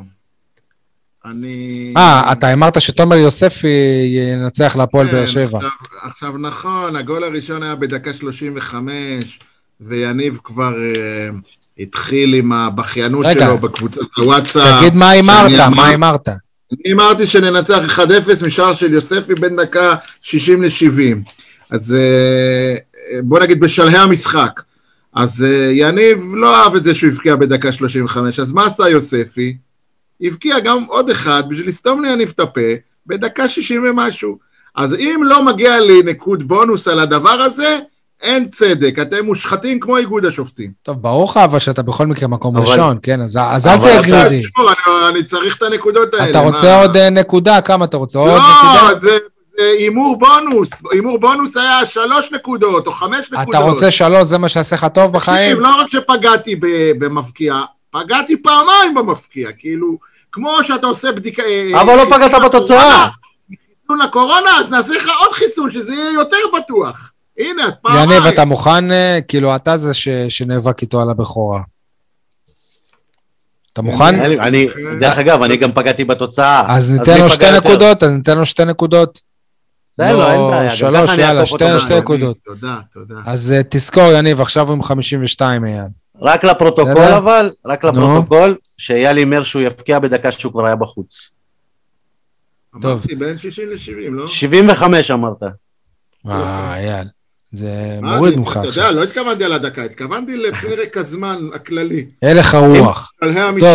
אני... אה, אתה אמרת שתומר יוספי ינצח להפועל באר שבע. עכשיו, עכשיו נכון, הגול הראשון היה בדקה שלושים וחמש, ויניב כבר uh, התחיל עם הבחיינות שלו בקבוצת הוואטסאפ. תגיד מה אמרת, מה אמרת? אני אמרתי שננצח אחד אפס משער של יוספי בין דקה שישים לשבעים. אז בוא נגיד בשלהי המשחק. אז יניב לא אהב את זה שהוא הבקיע בדקה שלושים וחמש, אז מה עשה יוספי? הבקיע גם עוד אחד בשביל לסתום לי יניב את הפה בדקה שישים ומשהו. אז אם לא מגיע לי נקוד בונוס על הדבר הזה, אין צדק, אתם מושחתים כמו איגוד השופטים. טוב, ברוך אבל שאתה בכל מקרה מקום ראשון, כן, אז אל תהיה גרידי. אני צריך את הנקודות האלה. אתה רוצה עוד נקודה? כמה אתה רוצה? לא, זה אימור בונוס, אימור בונוס היה שלוש נקודות או חמש נקודות. אתה רוצה שלוש, זה מה שעשה לך טוב בחיים? לא רק שפגעתי במפקיע, פגעתי פעמיים במפקיע, כאילו, כמו שאתה עושה בדיקה... אבל לא פגעת בתוצאה. חיסון לקורונה, אז נעשה לך עוד חיסון, שזה יהיה יותר בטוח. הנה, אז פעמיים. יניב, אתה מוכן, כאילו, אתה זה שנאבק איתו על הבכורה. אתה מוכן? אני, דרך אגב, אני גם פגעתי בתוצאה. אז ניתן לו שתי נקודות, אז ניתן לו שתי נקודות. לא, שלוש, יאללה, שתי נקודות. תודה, תודה. אז תזכור, יניב, עכשיו הוא עם חמישים ושתיים מיד. רק לפרוטוקול אבל, רק לפרוטוקול, שאייל אומר שהוא יפקיע בדקה שהוא כבר היה בחוץ. אמרתי, בין שישים לשבעים, לא? שבעים וחמש אמרת. אה, אייל. זה מוריד ממך עכשיו. אתה יודע, לא התכוונתי על הדקה, התכוונתי לפרק הזמן הכללי. הלך הרוח. טוב.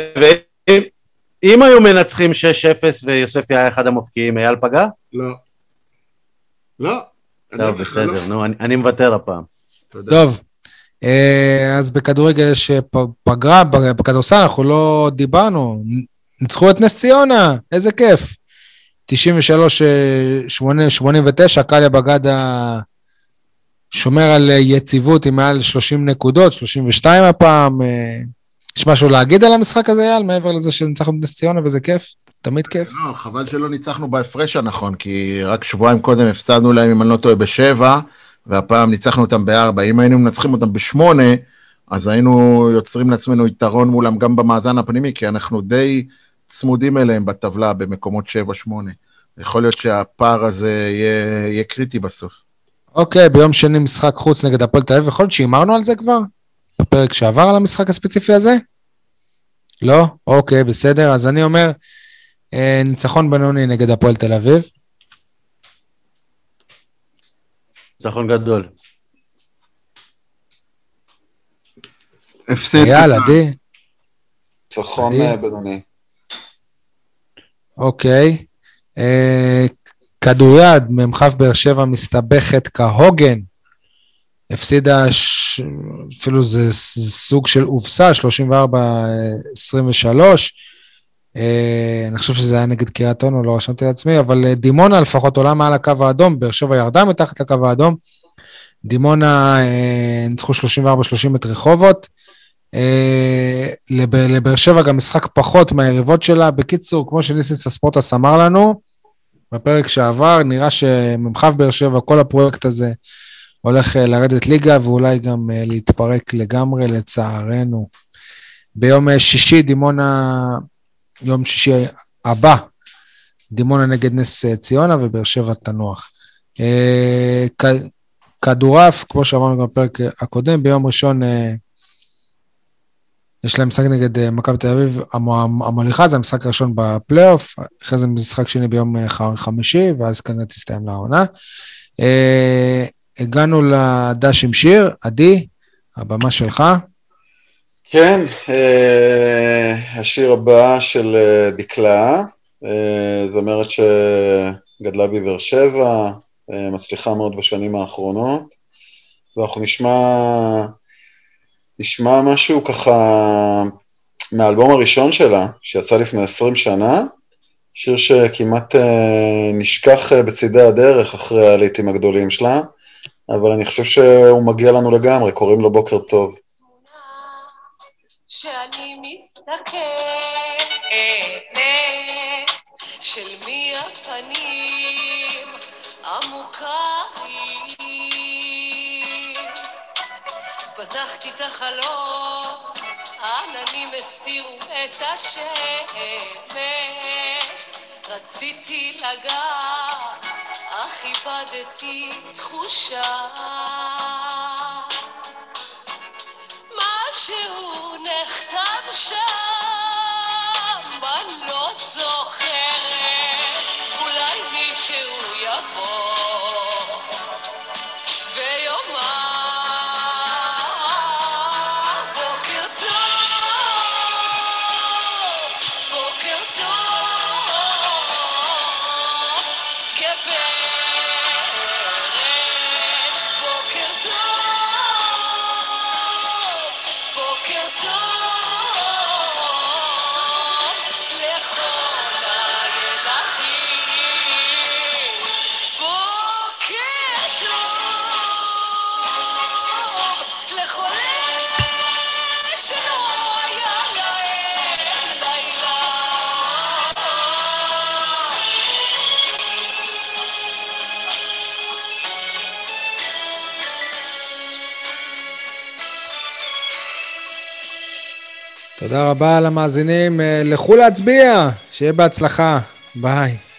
אם היו מנצחים שש אפס ויוספי היה אחד המפקיעים, אייל פגע? לא. לא. טוב, בסדר, נו, אני מוותר הפעם. טוב, אז בכדורגל יש פגרה, בכדורסל אנחנו לא דיברנו, ניצחו את נס ציונה, איזה כיף. תשעים ושלוש שמונים ותשע, קליה בגדה שומר על יציבות עם מעל שלושים נקודות, שלושים ושתיים הפעם. יש משהו להגיד על המשחק הזה, יאל, מעבר לזה שניצחנו בנס ציונה וזה כיף? תמיד כיף. לא, חבל שלא ניצחנו בהפרש הנכון, כי רק שבועיים קודם הפסדנו להם, אם אני לא טועה, בשבע, והפעם ניצחנו אותם בארבע. אם היינו מנצחים אותם בשמונה, אז היינו יוצרים לעצמנו יתרון מולם גם במאזן הפנימי, כי אנחנו די צמודים אליהם בטבלה במקומות שבע שמונה. יכול להיות שהפער הזה יהיה, יהיה קריטי בסוף. אוקיי, ביום שני משחק חוץ נגד הפועל תל אביב, יכול להיות שאימרנו על זה כבר? בפרק שעבר על המשחק הספציפי הזה? לא? אוקיי, בסדר. אז אני אומר, ניצחון בינוני נגד הפועל תל אביב. ניצחון גדול. הפסד. יאללה, די. ניצחון בינוני. אוקיי. כדוריד, ממחף באר שבע מסתבכת כהוגן. הפסידה, אפילו זה סוג של אופסה, שלושים וארבע עשרים ושלוש. אני חושב שזה היה נגד קריית אונו, לא רשמתי לעצמי, אבל דימונה לפחות עולה מעל הקו האדום, באר שבע ירדה מתחת לקו האדום, דימונה ניצחו שלושים וארבע שלושים את רחובות, לבאר שבע גם משחק פחות מהיריבות שלה, בקיצור, כמו שניסיס הספורטס אמר לנו, בפרק שעבר, נראה שממחף באר שבע, כל הפרויקט הזה, הולך לרדת ליגה, ואולי גם להתפרק לגמרי, לצערנו. ביום שישי, דימונה, יום שישי הבא, דימונה נגד נס ציונה, ובאר שבע תנוח. כדורף, כמו שאמרנו גם בפרק הקודם, ביום ראשון, יש להם משחק נגד מכבי תל אביב, המוליכה, זה המשחק הראשון בפלייאוף, אחרי זה משחק שני ביום חמישי, ואז כנראה תסתיים לעונה. הגענו לדש עם שיר, עדי, הבמה שלך. כן, השיר הבא של דקלה, זמרת שגדלה בבאר שבע, מצליחה מאוד בשנים האחרונות, ואנחנו נשמע, נשמע משהו ככה מהאלבום הראשון שלה, שיצא לפני עשרים שנה, שיר שכמעט נשכח בצידי הדרך אחרי הליטים הגדולים שלה, אבל אני חושב שהוא מגיע לנו לגמרי, קוראים לו בוקר טוב. שאני מסתכלת של מי הפנים עמוקאים, פתחתי את החלום, עננים הסתירו את השמש, רציתי לגעת, אך איבדתי תחושה, משהו נחתם שם, אני לא זוכרת, אולי מישהו יבוא ויאמר בוקר טוב, בוקר טוב, גברת, בוקר טוב, בוקר טוב לכל הילדים, בוקר טוב לכל אלה שלא היה להם לילה. תודה רבה למאזינים, לכו להצביע, שיהיה בהצלחה, ביי.